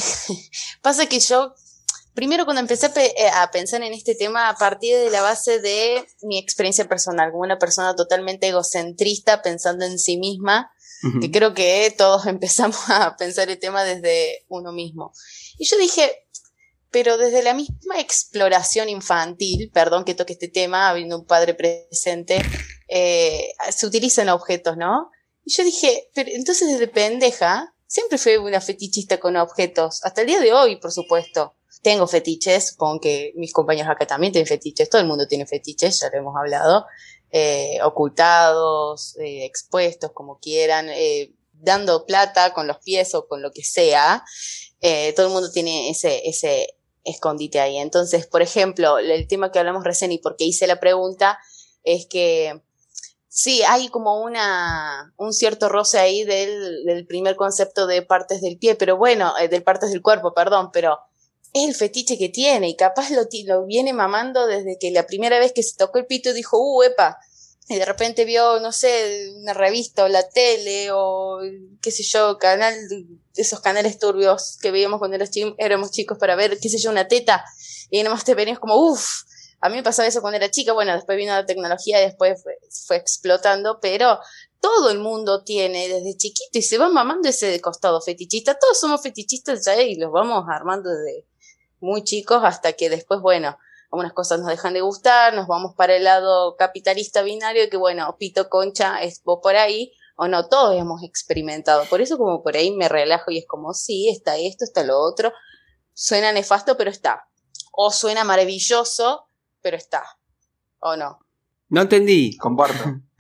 Pasa que yo... Primero, cuando empecé a, pe- a pensar en este tema, a partir de la base de mi experiencia personal, como una persona totalmente egocentrista, pensando en sí misma, uh-huh. que creo que todos empezamos a pensar el tema desde uno mismo. Y yo dije, pero desde la misma exploración infantil, perdón que toque este tema, habiendo un padre presente, eh, se utilizan objetos, ¿no? Y yo dije, pero entonces desde pendeja, siempre fui una fetichista con objetos, hasta el día de hoy, por supuesto. Tengo fetiches, supongo que mis compañeros acá también tienen fetiches, todo el mundo tiene fetiches, ya lo hemos hablado, eh, ocultados, eh, expuestos, como quieran, eh, dando plata con los pies o con lo que sea, eh, todo el mundo tiene ese, ese escondite ahí. Entonces, por ejemplo, el tema que hablamos recién y por qué hice la pregunta, es que sí, hay como una un cierto roce ahí del, del primer concepto de partes del pie, pero bueno, eh, de partes del cuerpo, perdón, pero es el fetiche que tiene y capaz lo, lo viene mamando desde que la primera vez que se tocó el pito dijo, uh, epa, y de repente vio, no sé, una revista o la tele o qué sé yo, canal, esos canales turbios que veíamos cuando éramos chicos, éramos chicos para ver, qué sé yo, una teta, y nomás te venías como, uff, a mí me pasaba eso cuando era chica, bueno, después vino la tecnología y después fue, fue explotando, pero todo el mundo tiene desde chiquito y se va mamando ese costado fetichista, todos somos fetichistas ya y los vamos armando desde muy chicos hasta que después, bueno, algunas cosas nos dejan de gustar, nos vamos para el lado capitalista binario, que bueno, pito concha, es vos por ahí, o no, todos hemos experimentado. Por eso como por ahí me relajo y es como, sí, está esto, está lo otro. Suena nefasto, pero está. O suena maravilloso, pero está. ¿O no? No entendí. Comparto.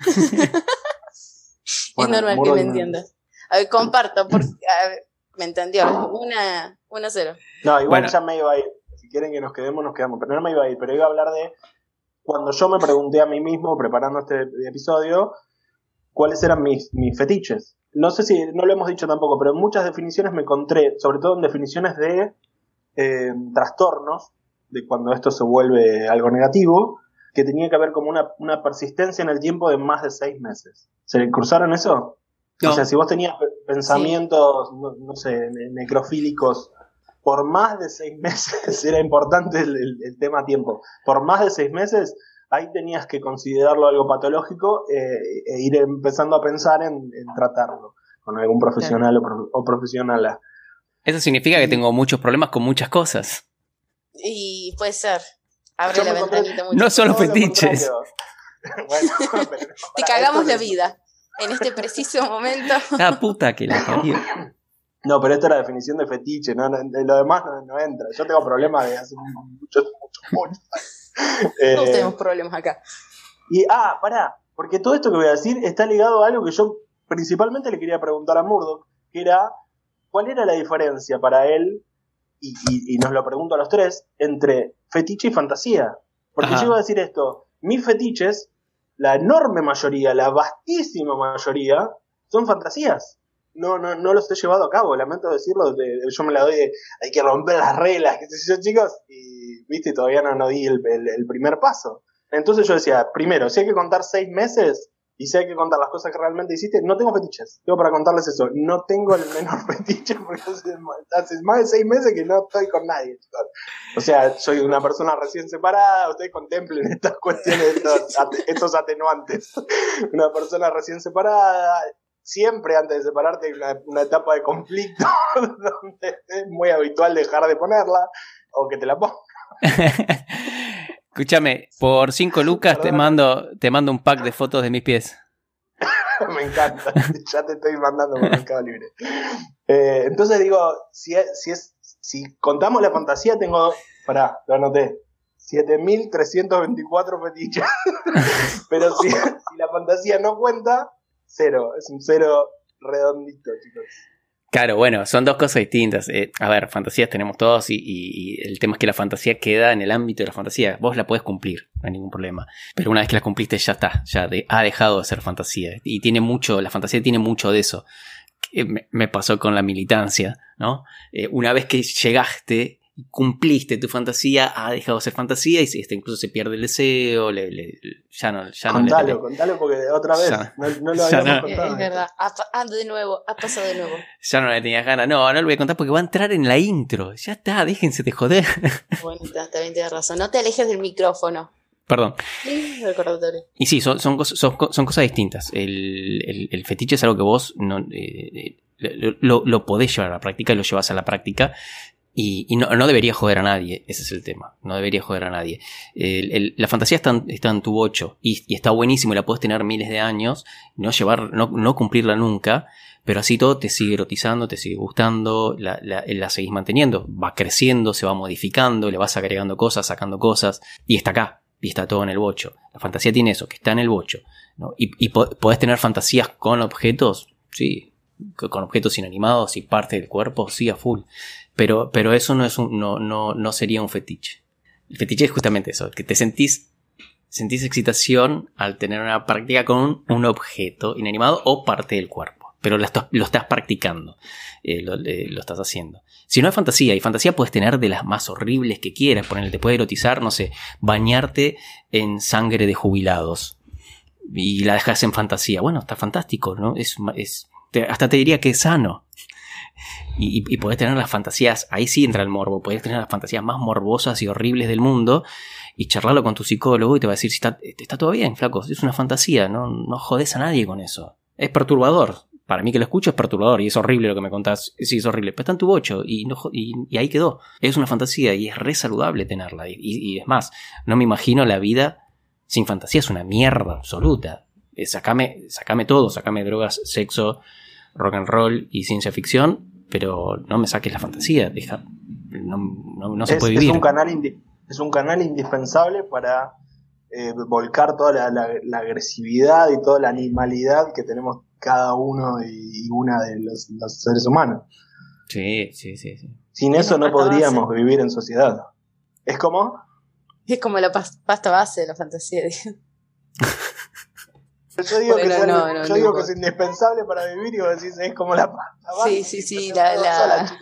Es Bueno, normal que Murdoch me no- entiendas. A ver, comparto, porque, a ver, me entendió. Una, una cero. No, igual Bueno. ya me iba a ir. Si quieren que nos quedemos, nos quedamos. Pero no me iba a ir, pero iba a hablar de cuando yo me pregunté a mí mismo, preparando este episodio, cuáles eran mis, mis fetiches. No sé si, no lo hemos dicho tampoco, pero en muchas definiciones me encontré, sobre todo en definiciones de eh, trastornos, de cuando esto se vuelve algo negativo, que tenía que haber como una, una persistencia en el tiempo de más de seis meses. ¿Se cruzaron eso? No. O sea, si vos tenías pe- pensamientos, no, no sé, ne- necrofílicos, por más de seis meses, era importante el, el- el tema tiempo, por más de seis meses, ahí tenías que considerarlo algo patológico eh, e ir empezando a pensar en, en tratarlo con algún profesional o, pro- o profesional. Eso significa que tengo muchos problemas con muchas cosas. Y puede ser. Abre Yo la me encontré- ventanita mucho. No solo Todo lo fetiches. contrario. Bueno, pero no, Te para, cagamos esto la es- vida. En este preciso momento. La puta que la parió. No, pero esta es la definición de fetiche, ¿no? No, de lo demás no, no entra. Yo tengo problemas de hace muchos, muchos, muchos años. Eh, Todos tenemos problemas acá. Y, ah, pará, porque todo esto que voy a decir está ligado a algo que yo principalmente le quería preguntar a Murdoch, que era, ¿cuál era la diferencia para él, y, y, y nos lo pregunto a los tres, entre fetiche y fantasía? Porque Ajá. yo iba a decir esto, mis fetiches, la enorme mayoría, la vastísima mayoría, son fantasías. No, no, no los he llevado a cabo, lamento decirlo, de- de- yo me la doy de, hay que romper las reglas, qué sé yo, chicos, y viste, todavía no, no di el, el, el primer paso. Entonces yo decía, primero, si hay que contar seis meses y si hay que contar las cosas que realmente hiciste, no tengo fetiches. Tengo para contarles eso, no tengo el menor fetiche porque hace, hace más de seis meses que no estoy con nadie, chicos. O sea, soy una persona recién separada, ustedes contemplen estas cuestiones, estos, ate- estos atenuantes. Una persona recién separada, siempre antes de separarte hay una, una etapa de conflicto donde es muy habitual dejar de ponerla o que te la pongas. Escúchame, por cinco lucas te Perdón. mando, te mando un pack de fotos de mis pies. Me encanta, ya te estoy mandando por Mercado Libre. Eh, entonces digo, si es, si es, si contamos la fantasía, tengo, pará, lo anoté, siete mil trescientos veinticuatro fetiches. Pero si, si la fantasía no cuenta, cero, es un cero redondito, chicos. Claro, bueno, son dos cosas distintas. Eh, a ver, fantasías tenemos todos y, y- y el tema es que la fantasía queda en el ámbito de la fantasía. Vos la podés cumplir, no hay ningún problema. Pero una vez que la cumpliste ya está, ya de- ha dejado de ser fantasía. Y tiene mucho, la fantasía tiene mucho de eso. Que me, me pasó con la militancia, ¿no? Eh, una vez que llegaste y cumpliste tu fantasía, ha dejado de ser fantasía y se- este, incluso se pierde el deseo, le- le- ya no, ya no le- Contalo, contalo porque otra vez, Ya. no, no lo Ya habíamos no. Es, contado. es verdad. Ha, pa- ah, de nuevo, ha pasado de nuevo. ya no le tenías ganas. No, no lo voy a contar porque va a entrar en la intro. Ya está, déjense de joder. Bueno, está- también tienes razón. No te alejes del micrófono. Perdón. Sí, recordatorio. Y sí, son, son, cos- son, co- son cosas distintas. El, el- el fetiche es algo que vos no, eh, lo, lo- lo podés llevar a la práctica y lo llevas a la práctica. Y, y no, no debería joder a nadie, ese es el tema. No debería joder a nadie. El- el- la fantasía está en, está en tu ocho y, y está buenísimo y la podés tener miles de años, no llevar, no, no cumplirla nunca, pero así todo te sigue erotizando, te sigue gustando, la, la, la seguís manteniendo, va creciendo, se va modificando, le vas agregando cosas, sacando cosas, y está acá, y está todo en el bocho. La fantasía tiene eso, que está en el bocho, ¿no? Y, y po- podés tener fantasías con objetos, sí, con objetos inanimados y parte del cuerpo, sí, a full. Pero, pero eso no es un, no, no, no sería un fetiche. El fetiche es justamente eso, que te sentís, sentís excitación al tener una práctica con un, un objeto inanimado o parte del cuerpo. Pero lo estás, lo estás practicando, eh, lo, eh, lo estás haciendo. Si no hay fantasía, y fantasía puedes tener de las más horribles que quieras, ponerle, te puede erotizar, no sé, bañarte en sangre de jubilados. y la dejas en fantasía. Bueno, está fantástico, ¿no? Es, es, te, hasta te diría que es sano. Y, y, y podés tener las fantasías, ahí sí entra el morbo, podés tener las fantasías más morbosas y horribles del mundo y charlarlo con tu psicólogo y te va a decir si está, está todo bien, flaco, es una fantasía, no, no jodés a nadie con eso. Es perturbador, para mí que lo escucho es perturbador y es horrible lo que me contás, sí es horrible, pero está en tu bocho y, no, y, y ahí quedó. Es una fantasía y es re saludable tenerla y, y, y es más, no me imagino la vida sin fantasía, es una mierda absoluta. Eh, sacame, sacame todo, sacame drogas, sexo, rock and roll y ciencia ficción, pero no me saques la fantasía, deja, no, no, no se es, puede vivir. Es un canal, indi- es un canal indispensable para eh, volcar toda la, la, la agresividad y toda la animalidad que tenemos cada uno y una de los, los seres humanos. Sí, sí, sí, sí. Sin eso no podríamos base. vivir en sociedad. ¿Es como? Es como la pasta base de la fantasía. Yo digo, bueno, que, es, no, no, yo no, digo no, que es indispensable para vivir y vos decís, es como la pasta base. Sí, sí, sí, la... la...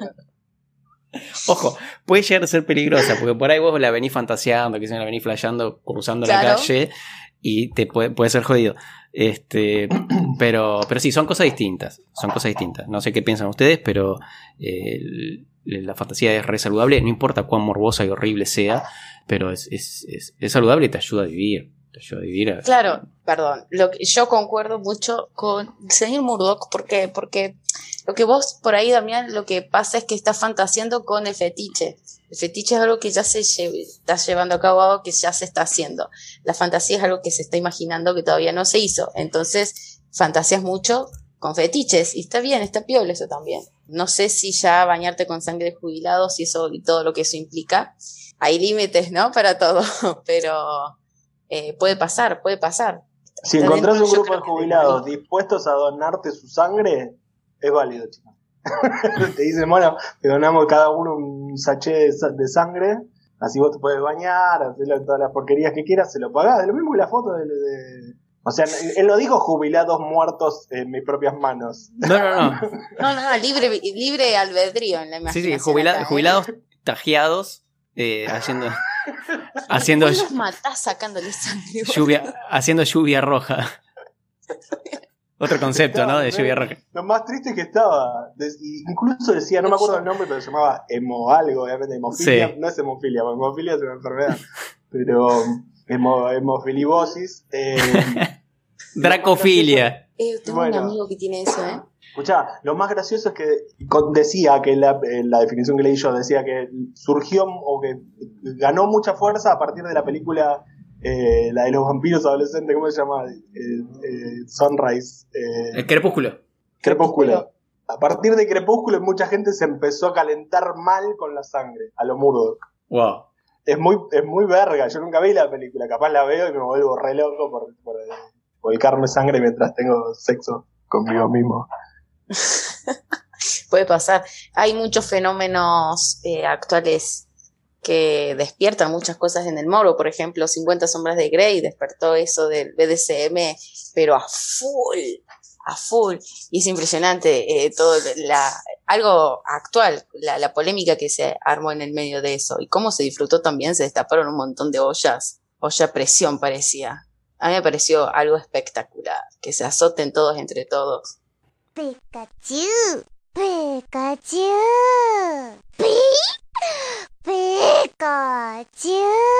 Ojo, puede llegar a ser peligrosa, porque por ahí vos la venís fantaseando, que se la venís flasheando, cruzando claro. la calle, y te puede, puede ser jodido. Este, pero, pero sí, son cosas distintas. Son cosas distintas. No sé qué piensan ustedes, pero eh, la fantasía es re saludable. No importa cuán morbosa y horrible sea, pero es, es, es, es saludable y te ayuda a vivir. Te ayuda a vivir. A... Claro, perdón. Lo que, yo concuerdo mucho con el señor Murdoch. ¿Por qué? Porque lo que vos por ahí, Damián, lo que pasa es que estás fantaseando con el fetiche. El fetiche es algo que ya se lleve, está llevando a cabo, algo que ya se está haciendo. La fantasía es algo que se está imaginando que todavía no se hizo. Entonces, fantasías mucho con fetiches. Y está bien, está piola eso también. No sé si ya bañarte con sangre de jubilados y eso y todo lo que eso implica. Hay límites, ¿no? Para todo. Pero eh, puede pasar, puede pasar. Si está encontrás dentro, un grupo de jubilados dispuestos a donarte su sangre, es válido, chicos. Te dicen, bueno, te donamos cada uno un sachet de, de sangre, así vos te puedes bañar, hacer todas las porquerías que quieras, se lo pagás. Es lo mismo que la foto de, de... O sea, él no dijo jubilados muertos en mis propias manos. No, no, no. no, no, no, libre, libre albedrío en la imaginación. Sí, sí, jubila, acá, ¿eh? Jubilados tajeados, eh, haciendo... haciendo ¿Vos los matás sacándole sangre? Lluvia, haciendo lluvia roja. Otro concepto, estaba, ¿no? De lluvia roja. Lo más triste es que estaba. De, incluso decía, no me acuerdo el nombre, pero se llamaba hemo algo, obviamente. Hemofilia. Sí. No es hemofilia, porque hemofilia es una enfermedad. Pero hemo, hemofilibosis. Eh, Dracofilia. Eh, tengo bueno, un amigo que tiene eso, ¿eh? Escuchá, lo más gracioso es que decía que la, la definición que leí yo decía que surgió o que ganó mucha fuerza a partir de la película. Eh, la de los vampiros adolescentes, ¿cómo se llama? Eh, eh, Sunrise. Eh, El Crepúsculo. Crepúsculo. A partir de Crepúsculo mucha gente se empezó a calentar mal con la sangre, a lo Murdoch. Wow. Es muy, es muy verga, yo nunca vi la película, capaz la veo y me vuelvo re loco por, por volcarme sangre mientras tengo sexo conmigo mismo. Puede pasar. Hay muchos fenómenos eh, actuales que despiertan muchas cosas en el morbo. Por ejemplo, cincuenta sombras de Grey despertó eso del B D S M, pero a full, a full. Y es impresionante eh, todo la, algo actual, la, la polémica que se armó en el medio de eso. Y cómo se disfrutó también, se destaparon un montón de ollas, olla a presión parecía. A mí me pareció algo espectacular, que se azoten todos entre todos. Pikachu, Pikachu, Pi. Pikachu.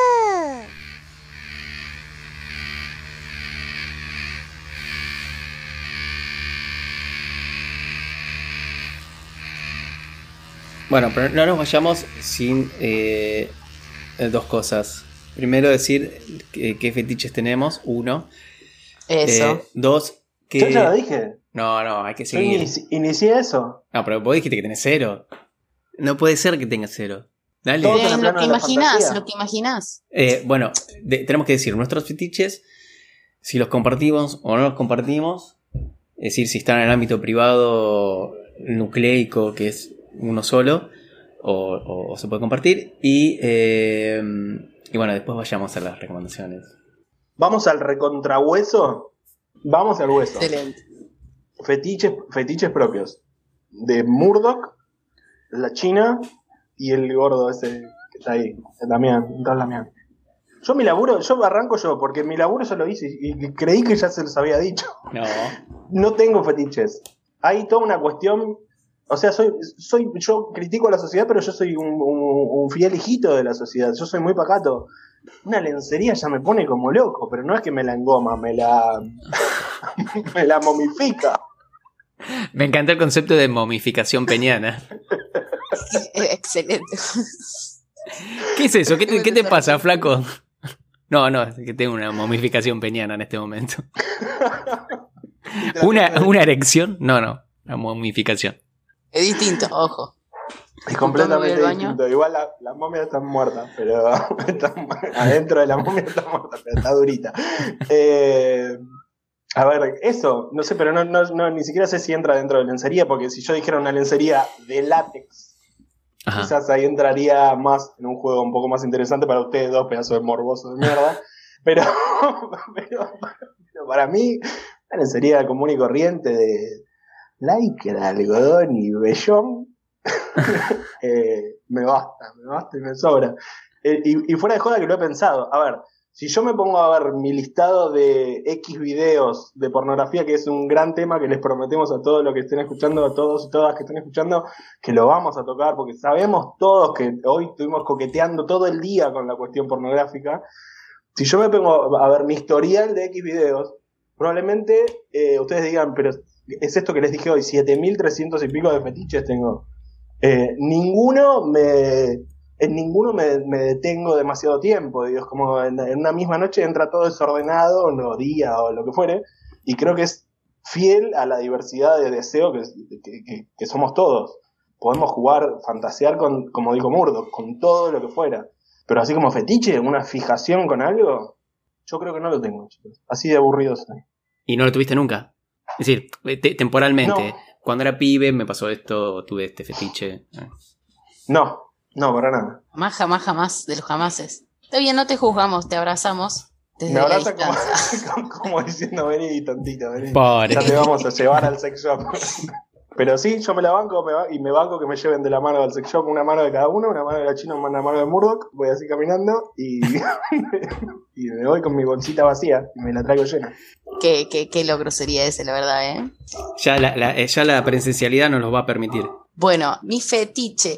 Bueno, pero no nos vayamos sin eh, dos cosas. Primero decir que, qué fetiches tenemos, uno. Eso. Eh, dos, que... Yo ya lo dije. No, no, hay que seguir. Yo inici- inicié eso. No, pero vos dijiste que tenés cero. No puede ser que tengas cero. Dale. Eh, lo que imaginás, lo que imaginás. Eh, bueno, de, tenemos que decir nuestros fetiches, si los compartimos o no los compartimos. Es decir, si están en el ámbito privado nucleico, que es uno solo, o, o, o se puede compartir. Y, eh, y bueno, después vayamos a las recomendaciones. Vamos al recontrahueso. Vamos al hueso. Excelente. Fetiches, fetiches propios. De Murdoch, la China y el gordo ese que está ahí. El Damián. El Damián. Yo mi laburo, yo arranco yo, porque mi laburo ya lo hice y, y creí que ya se los había dicho. No. No tengo fetiches. Hay toda una cuestión. O sea, soy, soy, yo critico a la sociedad, pero yo soy un, un, un fiel hijito de la sociedad. Yo soy muy pacato. Una lencería ya me pone como loco, pero no es que me la engoma, me la, me la momifica. Me encanta el concepto de momificación peñana. Excelente. ¿Qué es eso? ¿Qué te, ¿qué te pasa, flaco? No, no, es que tengo una momificación peñana en este momento. ¿Una, una erección? No, no, una momificación. Es distinto, ojo. Es completamente distinto. Igual las la momias están muertas, pero están, adentro de la momia está muerta, pero está durita. Eh, a ver, eso, no sé, pero no, no, no, ni siquiera sé si entra dentro de lencería, porque si yo dijera una lencería de látex, ajá, quizás ahí entraría más en un juego un poco más interesante para ustedes dos, pedazos de morbosos de mierda. Pero, pero, pero para mí, una lencería común y corriente de lycra, algodón y vellón, eh, me basta, me basta y me sobra. Eh, y, y fuera de joda que lo he pensado. A ver, si yo me pongo a ver mi listado de X videos de pornografía, que es un gran tema que les prometemos a todos los que estén escuchando, a todos y todas que estén escuchando, que lo vamos a tocar, porque sabemos todos que hoy estuvimos coqueteando todo el día con la cuestión pornográfica. Si yo me pongo a ver mi historial de X videos, probablemente eh, ustedes digan, pero es esto que les dije hoy, siete mil trescientos y pico de fetiches tengo. Eh, ninguno me... En ninguno me, me detengo demasiado tiempo, digo, como en, en una misma noche entra todo desordenado, o día o lo que fuere, y creo que es fiel a la diversidad de deseo que, que, que, que somos todos. Podemos jugar, fantasear con, como dijo Murdoch, con todo lo que fuera, pero así como fetiche, una fijación con algo, yo creo que no lo tengo, chicos. Así de aburrido soy. ¿Y no lo tuviste nunca? Es decir, te, temporalmente, no. Cuando era pibe me pasó esto, tuve este fetiche. No. No, para nada. Jamás, jamás, jamás, de los jamases. Está bien, no te juzgamos, te abrazamos. Desde me abraza la como, como diciendo, vení, tontito, vení. Pobre. Ya te vamos a llevar al sex shop. Pero sí, yo me la banco me va, y me banco que me lleven de la mano al sex shop, una mano de cada uno, una mano de la China, una mano de Murdoch. Voy así caminando y, y me voy con mi bolsita vacía y me la traigo llena. Qué, qué, qué logro sería ese, la verdad, ¿eh? Ya la, la, ya la presencialidad nos lo va a permitir. Bueno, mi fetiche...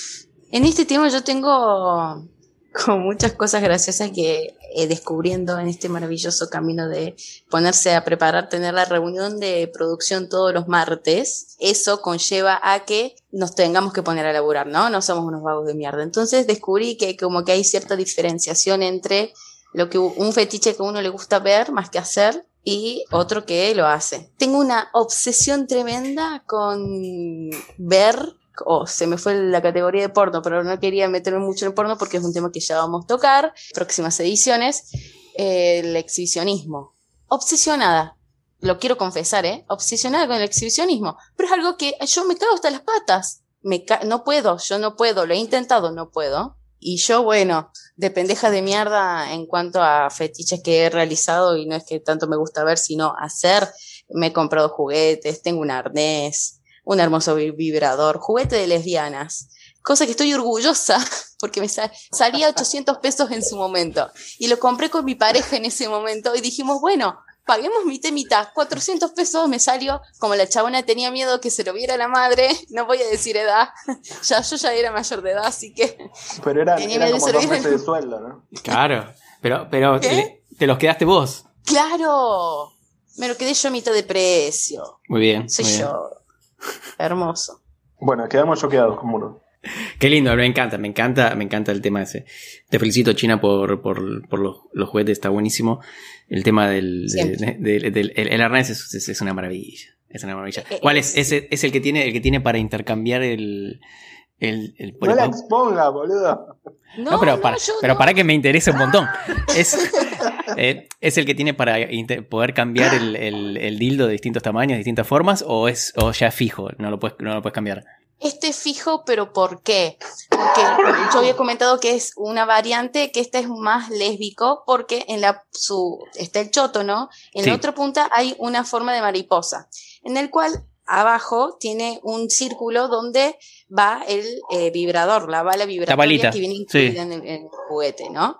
En este tema yo tengo como muchas cosas graciosas que eh, descubriendo en este maravilloso camino de ponerse a preparar, tener la reunión de producción todos los martes. Eso conlleva a que nos tengamos que poner a laburar, ¿no? No somos unos vagos de mierda. Entonces descubrí que como que hay cierta diferenciación entre lo que un fetiche que a uno le gusta ver más que hacer y otro que lo hace. Tengo una obsesión tremenda con ver... Oh, se me fue la categoría de porno, pero no quería meterme mucho en el porno porque es un tema que ya vamos a tocar, próximas ediciones, eh, el exhibicionismo. Obsesionada, lo quiero confesar, ¿eh? Obsesionada con el exhibicionismo, pero es algo que yo me cago hasta las patas, me ca- no puedo, yo no puedo, lo he intentado, no puedo, y yo, bueno, de pendeja de mierda en cuanto a fetiches que he realizado, y no es que tanto me gusta ver, sino hacer, me he comprado juguetes, tengo un arnés, un hermoso vibrador, juguete de lesbianas, cosa que estoy orgullosa porque me sal, salía ochocientos pesos en su momento y lo compré con mi pareja en ese momento y dijimos, bueno, paguemos mitad y mitad, cuatrocientos pesos me salió, como la chabona tenía miedo que se lo viera la madre, no voy a decir edad, ya yo ya era mayor de edad, así que... Pero era, era como dos meses de sueldo, ¿no? Claro, pero, pero te, te los quedaste vos. ¡Claro! Me lo quedé yo a mitad de precio. Muy bien. Soy muy bien. yo. Hermoso. Bueno, quedamos choqueados con Muro. Qué lindo, me encanta, me encanta, me encanta el tema ese. Te felicito, China, por, por, por los, los juguetes, está buenísimo. El tema del, de, de, de, del el, el arnés es, es, es una maravilla. Es una maravilla. ¿Cuál es? Es, es el que tiene, el que tiene para intercambiar el, el, el no la exponga, boludo. No, no pero, no, para, pero no. para que me interese un montón. Es, eh, ¿Es el que tiene para inter- poder cambiar el, el, el dildo de distintos tamaños, de distintas formas? ¿O es o ya es fijo? No lo puedes, no lo puedes cambiar. Este es fijo, pero ¿por qué? Porque yo había comentado que es una variante, que este es más lésbico, porque en la su está el choto, ¿no? En sí. La otra punta hay una forma de mariposa, en el cual abajo tiene un círculo donde va el eh, vibrador, la bala vibratoria la balita. que viene incluida sí. en, el, en el juguete, ¿no?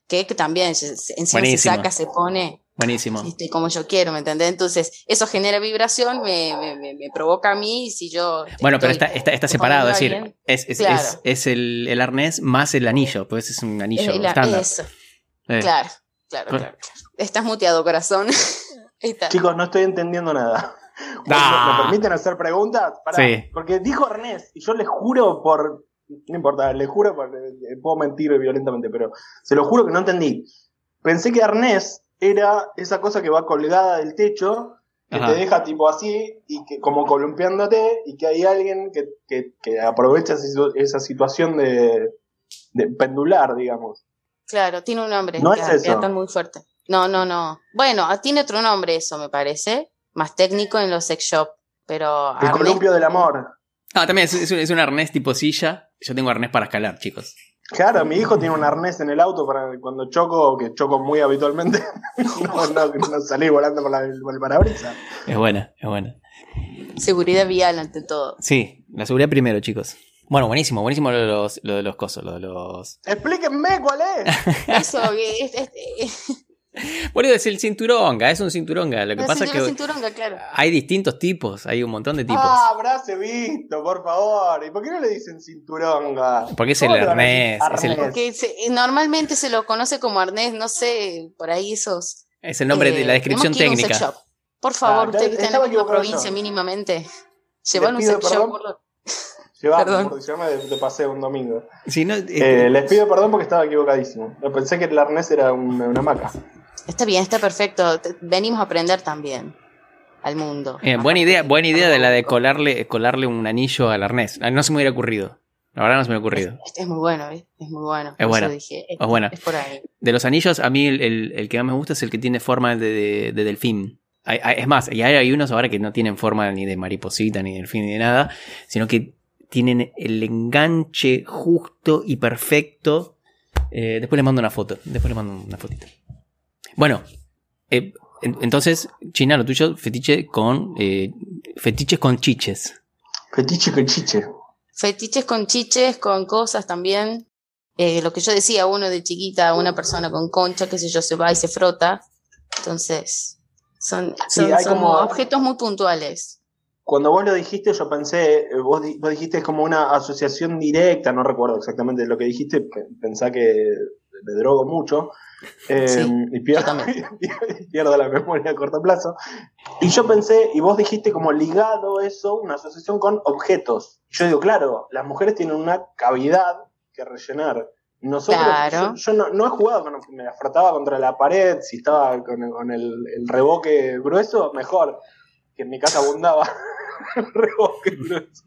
que, que también se, se- encima se Buenísimo. saca, se pone, Buenísimo. este, como yo quiero, ¿me entendés? Entonces, eso genera vibración, me, me, me, me provoca a mí, y si yo Bueno, pero estoy está, está, está separado, es respondiendo a decir, alguien, es, es, claro. es, es el, el arnés más el anillo, pues es un anillo es la- estándar. eso, Eh. claro, claro, Claro. claro, claro. Estás muteado, corazón. Ahí está. Chicos, no estoy entendiendo nada. Ah. ¿Me permiten hacer preguntas? Pará, Sí. porque dijo Ernest, y yo les juro por... No importa, les juro, por, eh, puedo mentir violentamente, pero se lo juro que no entendí. Pensé que arnés era esa cosa que va colgada del techo, que Ajá. te deja tipo así, y que como columpiándote, y que hay alguien que, que, que aprovecha esa, situ- esa situación de, de pendular, digamos. Claro, tiene un nombre, No es que, eso. que atan muy fuerte. No, no, no. Bueno, ah, tiene otro nombre eso, me parece, más técnico en los sex shop, pero El arnés- columpio del amor. Ah, también es, es, un, es un arnés tipo silla. Yo tengo arnés para escalar, chicos. Claro, mi hijo tiene un arnés en el auto para cuando choco, que choco muy habitualmente, no, no, no salí volando por, la, por el parabrisas. Es buena, es buena. seguridad vial ante todo. Sí, la seguridad primero, chicos. Bueno, buenísimo, buenísimo lo de los, lo de los cosos, lo de los... Explíquenme cuál es. Eso, que es, es, es, Boludo, es el cinturonga, es un cinturonga. Lo que la pasa es cintura- que cinturonga, claro. hay distintos tipos, hay un montón de tipos. Ah, habráse visto, por favor. ¿Y por qué no le dicen cinturonga? Porque es ¿Cómo el le van a decir arnés, es el- arnés? Porque se- normalmente se lo conoce como arnés, no sé, por ahí esos... Es el nombre de la eh, descripción tenemos que ir a un sex técnica. shop. Por favor, Ah, ustedes que están estaba en la equivocado provincia yo. mínimamente, llevan un pido sex perdón. shop. Por lo- Llevamos, Perdón. porque yo me de, de paseo un domingo. Si no, Eh, les pido perdón porque estaba equivocadísimo. Yo pensé que el arnés era una, una hamaca. Está bien, está perfecto. Te- Venimos a aprender también al mundo. eh, buena idea, buena idea de la de colarle, colarle un anillo al arnés. Ah, no se me hubiera ocurrido. La verdad no se me hubiera ocurrido. Este es muy bueno, ¿eh? Es muy bueno. Es Por bueno. eso dije, Es bueno. Es por ahí. De los anillos, a mí el, el- el que más me gusta es el que tiene forma de, de- de delfín. Hay- hay- es más, y hay, hay unos ahora que no tienen forma ni de mariposita, ni de delfín, ni de nada, sino que tienen el enganche justo y perfecto. Eh, después les mando una foto. Después les mando una fotito. Bueno, eh, en- entonces, China, lo tuyo, fetiche con eh, fetiches con chiches. Fetiche que chiche. Fetiches con chiches, con cosas también. Eh, lo que yo decía, uno de chiquita, una persona con concha, qué sé yo, se va y se frota. Entonces, son, Sí, son, hay son como- objetos muy puntuales. Cuando vos lo dijiste, yo pensé, eh, vos, di- vos dijiste es como una asociación directa, no recuerdo exactamente lo que dijiste, pe- pensá que me drogo mucho eh, Sí, y, pierdo, yo también. y pierdo la memoria a corto plazo. Y yo pensé, y vos dijiste como ligado eso, una asociación con objetos. Y yo digo, claro, las mujeres tienen una cavidad que rellenar. Nosotros, Claro. yo, yo no, no he jugado, con, me la frotaba contra la pared, si estaba con, el- con el, el reboque grueso, mejor, que en mi casa abundaba el reboque grueso.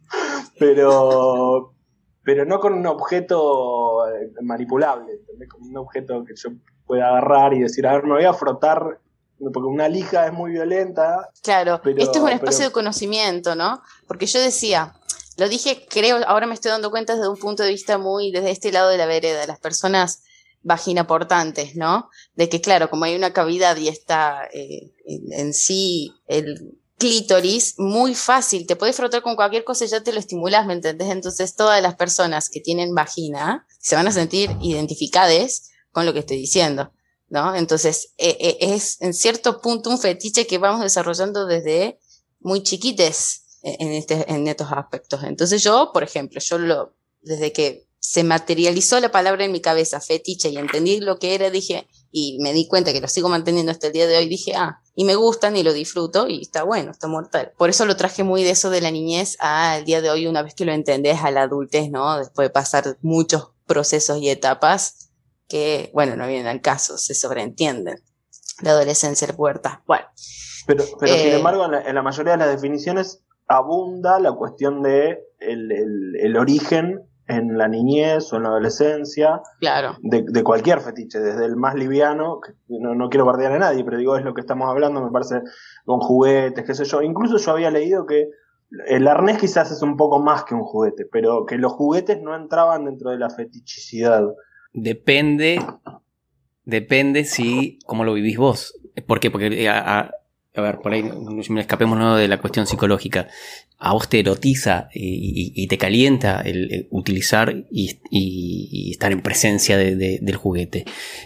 Pero, pero no con un objeto eh, manipulable, ¿entendés? Con un objeto que yo pueda agarrar y decir, a ver, me voy a frotar, porque una lija es muy violenta. Claro, Pero- esto es un espacio pero- de conocimiento, ¿no? Porque yo decía, lo dije, creo, ahora me estoy dando cuenta desde un punto de vista muy, desde este lado de la vereda, las personas vaginaportantes, ¿no? De que, claro, como hay una cavidad y está eh, en, en sí el clítoris, muy fácil, te puedes frotar con cualquier cosa y ya te lo estimulas, ¿me entendés? Entonces todas las personas que tienen vagina se van a sentir identificadas con lo que estoy diciendo, ¿no? Entonces eh, eh, es en cierto punto un fetiche que vamos desarrollando desde muy chiquites en, este, en estos aspectos. Entonces yo, por ejemplo, yo lo, desde que se materializó la palabra en mi cabeza, fetiche, y entendí lo que era, dije, y me di cuenta que lo sigo manteniendo hasta el día de hoy, dije, ah, y me gustan y lo disfruto y está bueno, está mortal. Por eso lo traje muy de eso de la niñez al día de hoy, una vez que lo entendés a la adultez, ¿no? Después de pasar muchos procesos y etapas que, bueno, no vienen al caso, se sobreentienden. La adolescencia, la pubertad, bueno. Pero, pero Eh, sin embargo, en la, en la mayoría de las definiciones abunda la cuestión de el, el, el origen en la niñez o en la adolescencia Claro, de, de cualquier fetiche, desde el más liviano, que no, no quiero bardear a nadie, pero digo, es lo que estamos hablando, me parece, con juguetes, qué sé yo. Incluso yo había leído que el arnés quizás es un poco más que un juguete, pero que los juguetes no entraban dentro de la fetichicidad. Depende, depende si cómo lo vivís vos. ¿Por qué? Porque a, a, a ver, por ahí me escapemos ¿no? de la cuestión psicológica. A vos te erotiza y, y, y te calienta el, el utilizar y, y, y estar en presencia de, de, del juguete.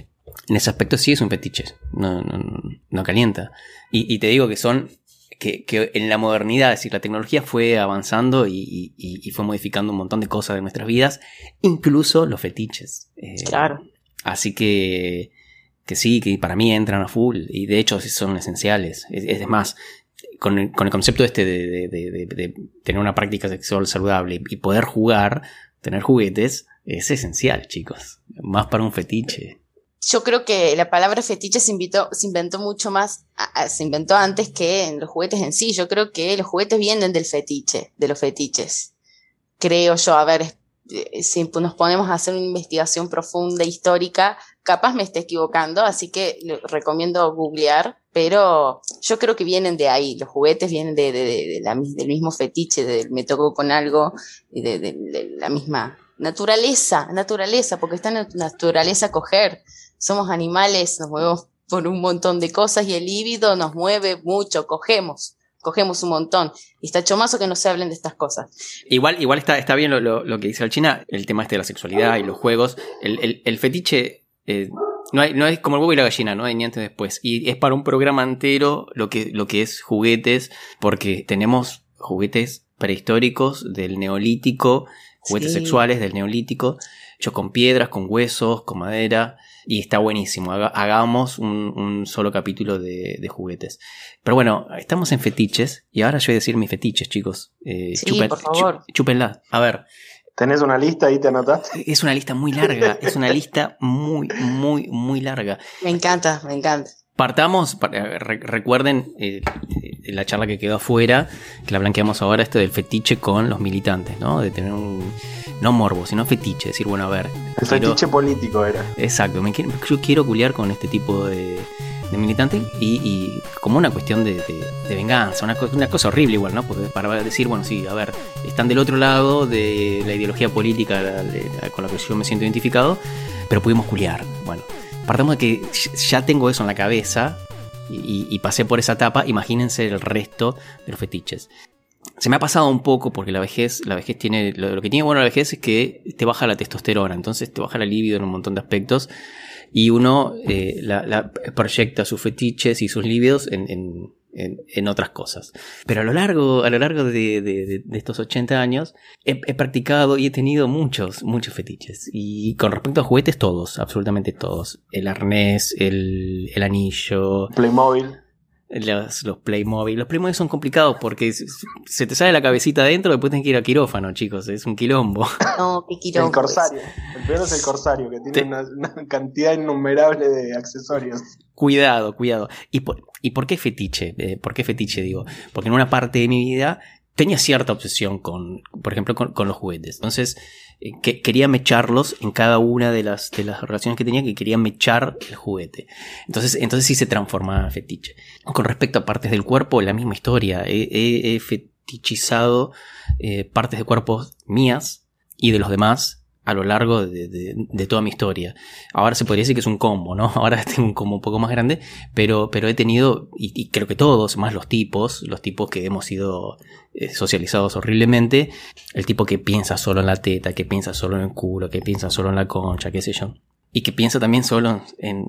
en ese aspecto sí es un fetiche, no, no, no calienta. Y, y te digo que son, que, que en la modernidad, es decir, la tecnología fue avanzando y, y, y fue modificando un montón de cosas de nuestras vidas, incluso los fetiches. Eh, Claro. Así que, que sí, que para mí entran a full, y de hecho son esenciales. Es, es más, con el, con el concepto este de, de, de, de, de tener una práctica sexual saludable y poder jugar, tener juguetes, es esencial, chicos. Más para un fetiche. Yo creo que la palabra fetiche se inventó, se inventó mucho más, a- a- se inventó antes que en los juguetes en sí. Yo creo que los juguetes vienen del fetiche, de los fetiches. Creo yo, a ver, eh, si nos ponemos a hacer una investigación profunda, histórica, capaz me esté equivocando, así que le recomiendo googlear, pero yo creo que vienen de ahí, los juguetes vienen de, de- de- de la mis- del mismo fetiche, de me tocó con algo, y de, de- de la misma naturaleza, naturaleza, porque está en la naturaleza coger. Somos animales, nos movemos por un montón de cosas y el líbido nos mueve mucho, cogemos, cogemos un montón. Y está chomazo que no se hablen de estas cosas. Igual, igual está, está bien lo, lo, lo que dice Alchina, el tema este de la sexualidad y los juegos. El, el, el fetiche eh, no, hay, no es como el huevo y la gallina, no hay ni antes ni después. Y es para un programa entero lo que, lo que es juguetes, porque tenemos juguetes prehistóricos del neolítico, juguetes Sí. sexuales del neolítico, hechos con piedras, con huesos, con madera. Y está buenísimo. Haga- hagamos un, un solo capítulo de, de juguetes. Pero bueno, estamos en fetiches. Y ahora yo voy a decir mis fetiches, chicos. Eh, Sí, por favor. chu- chúpenla. A ver, ¿Tenés una lista ahí, te anotaste? es una lista muy larga. Es una lista muy, muy, muy larga. Me encanta, me encanta. Partamos, pa- re- recuerden eh, eh, la charla que quedó afuera, que la blanqueamos ahora, esto del fetiche con los militantes, ¿no? De tener un, no morbo, sino fetiche, decir, bueno, a ver. El quiero- fetiche político era. Exacto, me quiero- yo quiero culiar con este tipo de, de militante y, y como una cuestión de, de- de venganza, una, co- una cosa horrible igual, ¿no? Porque para decir, bueno, sí, a ver, están del otro lado de la ideología política la- de- la- con la que yo me siento identificado, pero pudimos culiar. Bueno, partamos de que ya tengo eso en la cabeza y, y pasé por esa etapa, imagínense el resto de los fetiches. Se me ha pasado un poco porque la vejez, la vejez tiene, lo, lo que tiene bueno la vejez es que te baja la testosterona, entonces te baja la libido en un montón de aspectos y uno eh, la, la proyecta sus fetiches y sus libidos en, en, en, en otras cosas. Pero a lo largo, a lo largo de, de, de, de estos ochenta años he, he practicado y he tenido muchos, muchos fetiches. Y con respecto a juguetes, todos, absolutamente todos. El arnés, el, el anillo, Playmobil. los, los Playmobil. Los Playmobil son complicados porque se, se te sale la cabecita adentro y después tienes que ir a quirófano, chicos. Es un quilombo. No, qué quilombo. El corsario. El peor es el corsario, que tiene Te- una, una cantidad innumerable de accesorios. Cuidado, cuidado. ¿Y por, ¿y por qué fetiche? Eh, ¿Por qué fetiche digo? Porque en una parte de mi vida tenía cierta obsesión con, por ejemplo, con, con los juguetes. Entonces, eh, que, quería mecharlos en cada una de las, de las relaciones que tenía, que quería mechar el juguete. Entonces, entonces sí se transformaba en fetiche. Con respecto a partes del cuerpo, la misma historia. He, he- he fetichizado eh, partes de cuerpos mías y de los demás a lo largo de, de, de toda mi historia. Ahora se podría decir que es un combo, ¿no? Ahora tengo un combo un poco más grande, pero, pero he tenido, y, y creo que todos, más los tipos, los tipos que hemos sido eh, socializados horriblemente, el tipo que piensa solo en la teta, que piensa solo en el culo, que piensa solo en la concha, qué sé yo, y que piensa también solo en,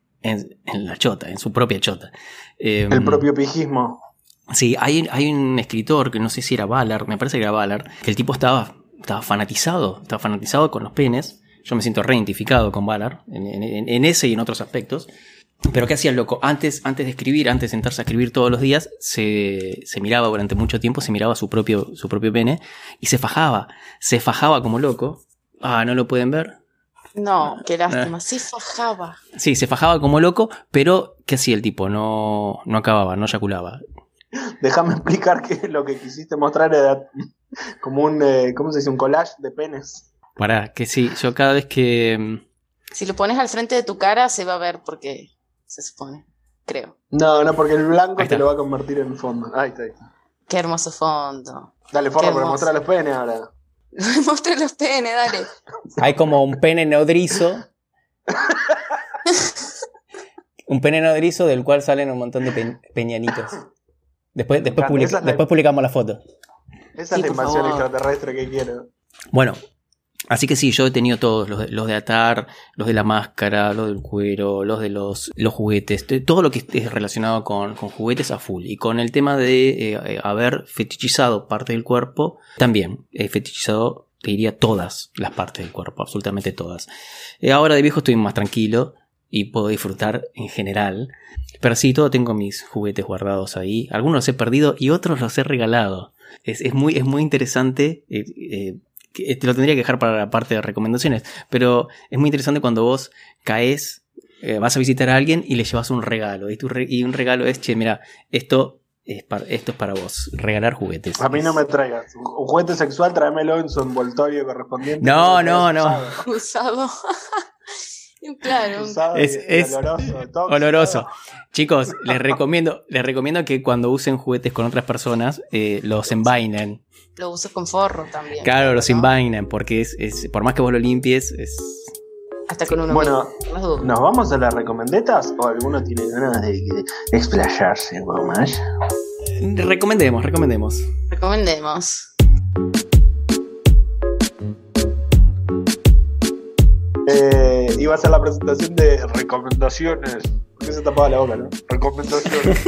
en, en la chota, en su propia chota. Eh, El propio pijismo. Sí, hay, hay un escritor que no sé si era Ballard, me parece que era Ballard, que el tipo estaba, estaba fanatizado, estaba fanatizado con los penes. Yo me siento reidentificado con Ballard en, en, en ese y en otros aspectos. Pero ¿qué hacía el loco? Antes, antes de escribir, antes de sentarse a escribir todos los días, se, se miraba durante mucho tiempo, se miraba su propio, su propio pene y se fajaba. Se fajaba como loco. Ah, ¿no lo pueden ver? No, qué lástima. Sí fajaba. Sí, se fajaba como loco, pero ¿qué hacía el tipo? No, no acababa, no eyaculaba. Déjame explicar que lo que quisiste mostrar era como un, eh, ¿cómo se dice? Un collage de penes. Pará, que sí, yo cada vez que... Si lo pones al frente de tu cara se va a ver porque se supone, creo. No, no, porque el blanco Ahí está. te lo va a convertir en fondo. Ahí está, ahí está. Qué hermoso fondo. Dale, Qué forro para hermoso. mostrar los penes ahora. Mostré los penes, dale. Hay como un pene nodrizo. Un pene nodrizo del cual salen un montón de pe- peñanitos. Después, después, Esa public- es la- después publicamos la foto. Esa Sí, es la por invasión favor. extraterrestre que quiero. Bueno, Así que sí, yo he tenido todos, los de, los de atar, los de la máscara, los del cuero, los de los, los juguetes, todo lo que es relacionado con, con juguetes a full. Y con el tema de eh, haber fetichizado parte del cuerpo, también he fetichizado, te diría, todas las partes del cuerpo, absolutamente todas. Eh, ahora de viejo estoy más tranquilo y puedo disfrutar en general. Pero sí, todo tengo mis juguetes guardados ahí. Algunos los he perdido y otros los he regalado. Es, es, muy, es muy interesante. Eh, eh, Te lo tendría que dejar para la parte de recomendaciones, pero es muy interesante cuando vos caes, eh, vas a visitar a alguien y le llevas un regalo, y, tu re- y un regalo es, che, mira, esto es, para, esto es para vos, regalar juguetes. A mí no me traigas un juguete sexual, tráemelo en su envoltorio correspondiente. No, no, no. Usado. Claro. Usado Es, y es oloroso, tóxico. oloroso. Chicos, les recomiendo, les recomiendo que cuando usen juguetes con otras personas, eh, los envainen. Lo uso con forro también. Claro, los ¿no? envainan, porque es, es, por más que vos lo limpies, es... Hasta con uno Bueno, mismo, las dudas. ¿nos vamos a las recomendetas o alguno tiene ganas de, de explayarse un poco más? Recomendemos, recomendemos. Recomendemos. Eh, iba a hacer la presentación de recomendaciones. ¿Por qué se tapaba la boca, no? Recomendaciones.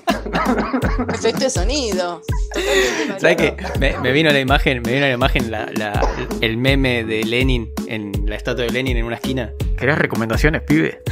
Efecto de sonido. ¿Sabes qué? Me, me vino la imagen, me vino la imagen, la, la, el meme de Lenin, en la estatua de Lenin en una esquina. ¿Querés recomendaciones, pibe?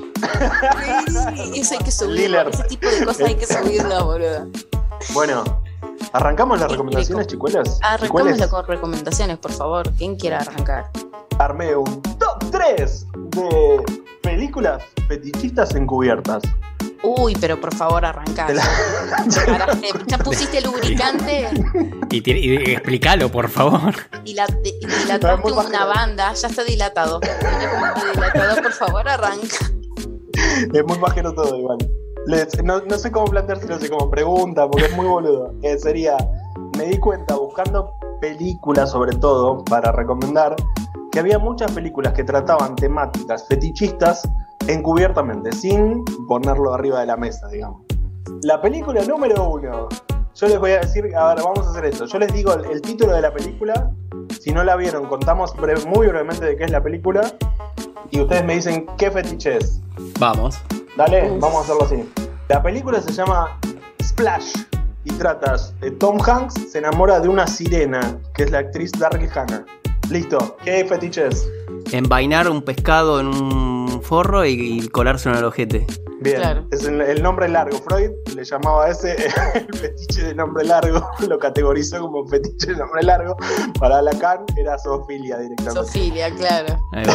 Sí, eso hay que subirlo. Lillard. Ese tipo de cosas hay que subirlo, boludo. Bueno, ¿arrancamos las recomendaciones, chicuelas? Arrancámoslo Chicueles. con recomendaciones, por favor. ¿Quién quiera arrancar? Armé un top tres de películas fetichistas encubiertas. Uy, pero por favor, arrancá. De la- Ahora, eh, ya pusiste lubricante Y, tiene- y explícalo, por favor. y la, de- y dilataste Muy una bajero. banda. Ya está dilatado. Tiene como que dilatado, por favor, arranca. Es muy bajero todo igual. Les- no, no sé cómo planteárselo así como pregunta, porque es muy boludo. Eh, sería, me di cuenta buscando películas sobre todo para recomendar, que había muchas películas que trataban temáticas fetichistas encubiertamente, sin ponerlo arriba de la mesa, digamos. La película número uno, yo les voy a decir, a ver, vamos a hacer esto. Yo les digo el, el título de la película, si no la vieron, contamos breve- muy brevemente de qué es la película, y ustedes me dicen qué fetiche es. Vamos. Dale, Uf. vamos a hacerlo así. La película se llama Splash y trata de Tom Hanks se enamora de una sirena, que es la actriz Darky Hannah. Listo, ¿qué fetiche es? Envainar un pescado en un forro y, y colárselo en el ojete. Bien, Claro. es el, el nombre largo. Freud le llamaba a ese el fetiche de nombre largo, lo categorizó como fetiche de nombre largo. Para Lacan era zoofilia directamente. Sofilia, claro. Ahí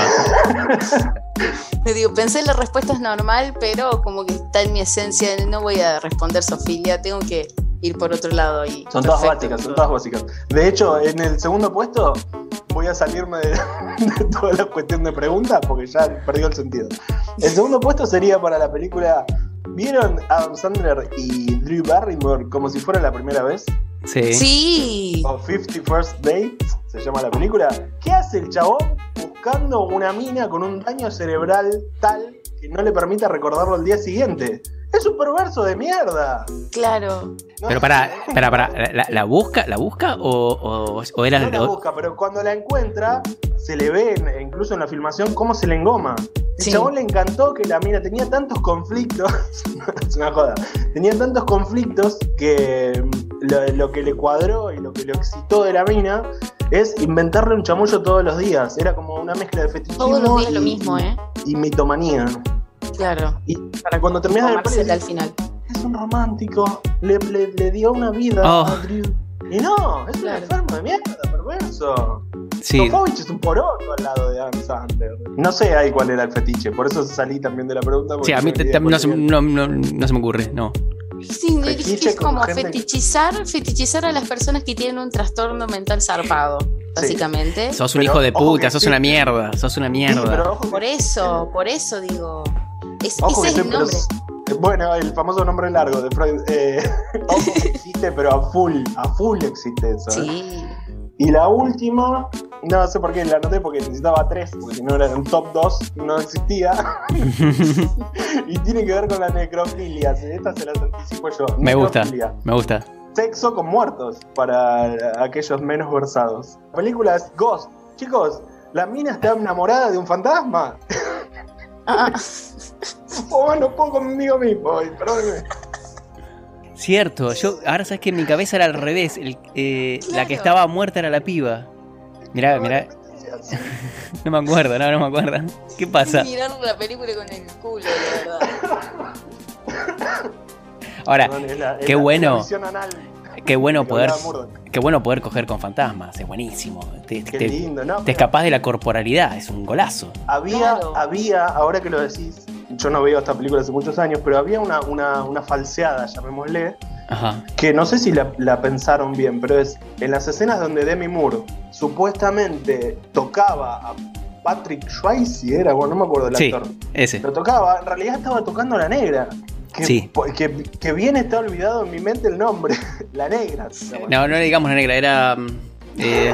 va. Te digo, pensé la respuesta es normal, pero como que está en mi esencia, no voy a responder Sofilia, tengo que ir por otro lado. Y Son todas perfecto. básicas, son todas básicas. De hecho, en el segundo puesto voy a salirme de, de toda la cuestión de preguntas porque ya perdió el sentido. El segundo puesto sería para la película. ¿Vieron Adam Sandler y Drew Barrymore como si fuera la primera vez? Sí. Sí. O fifty First Dates, se llama la película. ¿Qué hace el chabón buscando una mina con un daño cerebral tal que no le permita recordarlo al día siguiente? Es un perverso de mierda. Claro. ¿No? Pero para, para, para, ¿la, la busca, la busca o, o, o era No la o- busca, pero cuando la encuentra, se le ve, en- incluso en la filmación, cómo se le engoma. El Sí. chabón le encantó que la mina tenía tantos conflictos, es una joda, tenía tantos conflictos que mm, lo, lo que le cuadró y lo que lo excitó de la mina es inventarle un chamullo todos los días. Era como una mezcla de fetichismo Todos los días y, lo mismo, ¿eh? y mitomanía. Claro. Y para cuando terminas de ver Tomársela al final. es un romántico, le, le, le dio una vida Oh. a Drew. Y no, es un Claro. enfermo de mierda, perverso. Sí. Sofovich es un poroto al lado de Adam Sandler. No sé ahí cuál era el fetiche, por eso salí también de la pregunta. porque Sí, a mí me te- olvidé te- no, cuál se, era. no, no, no se me ocurre, no. Sí, Fetiche es, que es con como gente- fetichizar, fetichizar a las personas que tienen un trastorno mental zarpado, básicamente. Sos un Pero hijo de ojo puta, que sos sí. una mierda, sos una Sí, mierda. pero ojo que- Por eso, por eso digo. Es, Ojo ese que es sí, el nombre. pero es- bueno, el famoso nombre largo de Freud. Eh, ojo que existe, pero a full, a full existe eso. ¿eh? Sí. Y la última, no sé por qué la anoté porque necesitaba tres, porque si no era un top dos, no existía. Y tiene que ver con la necrofilia. Esta se las anticipo yo. Me gusta, Necrofilia. me gusta. Sexo con muertos para aquellos menos versados. La película es Ghost, Chicos, la mina está enamorada de un fantasma. Ah, Oh, no puedo conmigo mismo, ay, perdóneme. Cierto, yo ahora sabes que en mi cabeza era al revés. El, eh, Claro. La que estaba muerta era la piba. Mirá, mirá. No me acuerdo, no, no me acuerdo. ¿Qué pasa? mirar la película con el culo, de verdad. Ahora, Perdón, es la- es qué la- bueno. es la visión anal qué bueno que poder, hablaba Murdoch. qué bueno poder coger con fantasmas, es buenísimo. Te, Qué te- lindo, ¿no? te Pero escapás de la corporalidad, es un golazo. había, Claro. había, ahora que lo decís, yo no veo esta película hace muchos años, pero había una, una, una falseada, llamémosle, Ajá. que no sé si la, la pensaron bien, pero es en las escenas donde Demi Moore supuestamente tocaba a Patrick Swayze, era, bueno, no me acuerdo del Sí, actor, ese. lo tocaba, en realidad estaba tocando a la negra. Que, Sí. que, que bien está olvidado en mi mente el nombre, la negra. se llama. No, no le digamos la negra, era... mm, eh,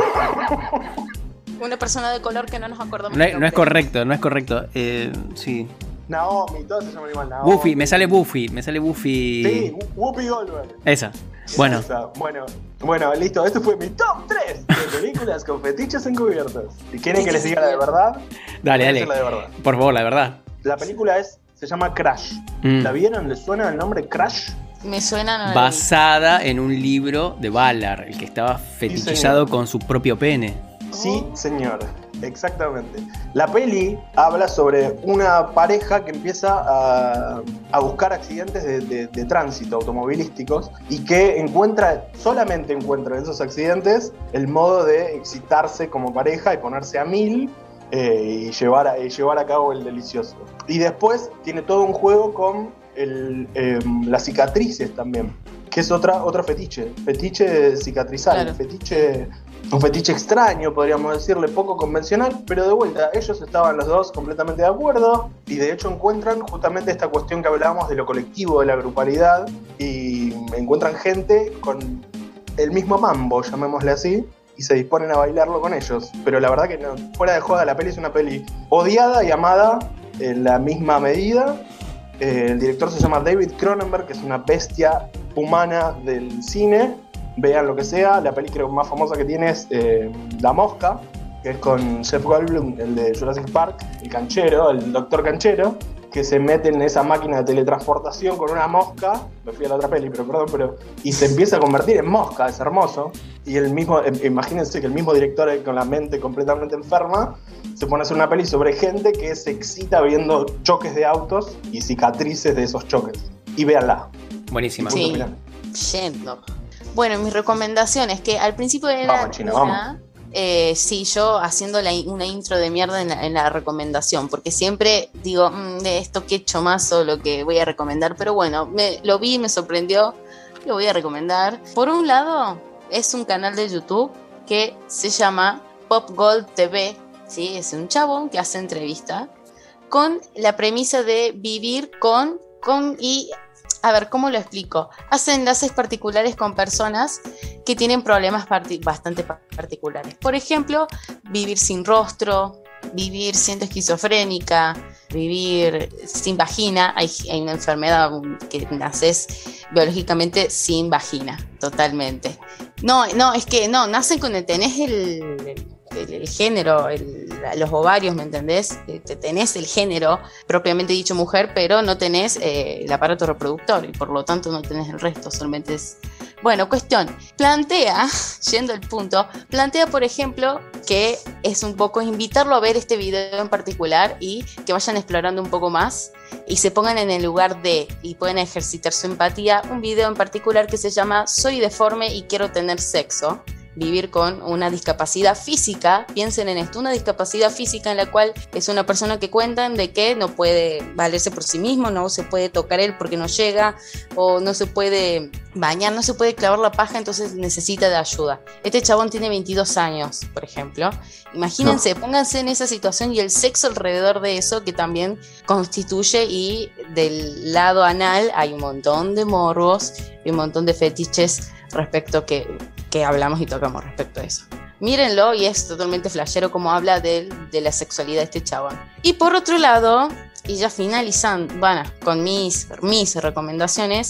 Una persona de color que no nos acordamos. no, el es- no es nombre. correcto, no es correcto. Eh, sí. Naomi, todos se llaman igual, Naomi. Buffy, me sale Buffy, me sale Buffy. Sí, Whoopi Goldberg. Esa. Bueno, Esa. bueno, bueno, listo. Este fue mi top tres de películas con fetiches encubiertos. Si quieren que les diga la de verdad, dale, esa es dale. la de verdad. Por favor, la verdad. La película es, se llama Crash. Mm. ¿La vieron? ¿Les suena el nombre Crash? Me suena. No la vi. Basada en un libro de Ballard, el que estaba fetichizado señor. con su propio pene. Sí, señor. Exactamente. La peli habla sobre una pareja que empieza a, a buscar accidentes de, de- de tránsito automovilísticos y que encuentra, solamente encuentra en esos accidentes el modo de excitarse como pareja y ponerse a mil eh, y llevar a, y llevar a cabo el delicioso. Y después tiene todo un juego con el, eh, las cicatrices también, que es otra, otro fetiche, fetiche cicatrizal, Claro. fetiche... Un fetiche extraño, podríamos decirle, poco convencional, pero de vuelta, ellos estaban los dos completamente de acuerdo y de hecho encuentran justamente esta cuestión que hablábamos de lo colectivo, de la grupalidad, y encuentran gente con el mismo mambo, llamémosle así, y se disponen a bailarlo con ellos. Pero la verdad que no, fuera de joda, la peli es una peli odiada y amada en la misma medida. Eh, el director se llama David Cronenberg, que es una bestia humana del cine. Vean lo que sea, la peli creo más famosa que tiene es eh, La Mosca, que es con Jeff Goldblum, el de Jurassic Park, el canchero, el doctor canchero, que se mete en esa máquina de teletransportación con una mosca, me fui a la otra peli, pero perdón, pero y se empieza a convertir en mosca, es hermoso, y el mismo, eh, imagínense que el mismo director eh, con la mente completamente enferma, se pone a hacer una peli sobre gente que se excita viendo choques de autos y cicatrices de esos choques, y véanla. Buenísima. Sí. Punto final. Yendo. Bueno, mis recomendaciones, que al principio era Vamos, China, una, eh, sí, yo haciendo la, una intro de mierda en la, en la recomendación, porque siempre digo, mmm, de esto qué chomazo lo que voy a recomendar, pero bueno, me, lo vi, me sorprendió, lo voy a recomendar. Por un lado, es un canal de YouTube que se llama Pop Gold T V, ¿sí? Es un chabón que hace entrevista con la premisa de vivir con, con y... A ver, ¿cómo lo explico? Hace enlaces particulares con personas que tienen problemas parti- bastante pa- particulares. Por ejemplo, vivir sin rostro, vivir siendo esquizofrénica, vivir sin vagina. Hay, hay una enfermedad que naces biológicamente sin vagina, totalmente. No, no, es que no, nacen con el, tenés el, el, el género, el, los ovarios, ¿me entendés? Te tenés el género propiamente dicho mujer, pero no tenés eh, el aparato reproductor y por lo tanto no tenés el resto, solamente es... Bueno, cuestión, plantea, yendo al punto, plantea por ejemplo que es un poco invitarlo a ver este video en particular y que vayan explorando un poco más y se pongan en el lugar de y pueden ejercitar su empatía, un video en particular que se llama Soy deforme y quiero tener sexo. Vivir con una discapacidad física, piensen en esto, una discapacidad física en la cual es una persona que cuentan de que no puede valerse por sí mismo, no se puede tocar él porque no llega, o no se puede bañar, no se puede clavar la paja, entonces necesita de ayuda. Este chabón tiene veintidós años, por ejemplo. Imagínense, no. Pónganse en esa situación y el sexo alrededor de eso que también constituye, y del lado anal hay un montón de morbos y un montón de fetiches respecto que... que hablamos y tocamos respecto a eso. Mírenlo y es totalmente flashero como habla de, de la sexualidad de este chabón. Y por otro lado, y ya finalizando, bueno, con mis, mis recomendaciones,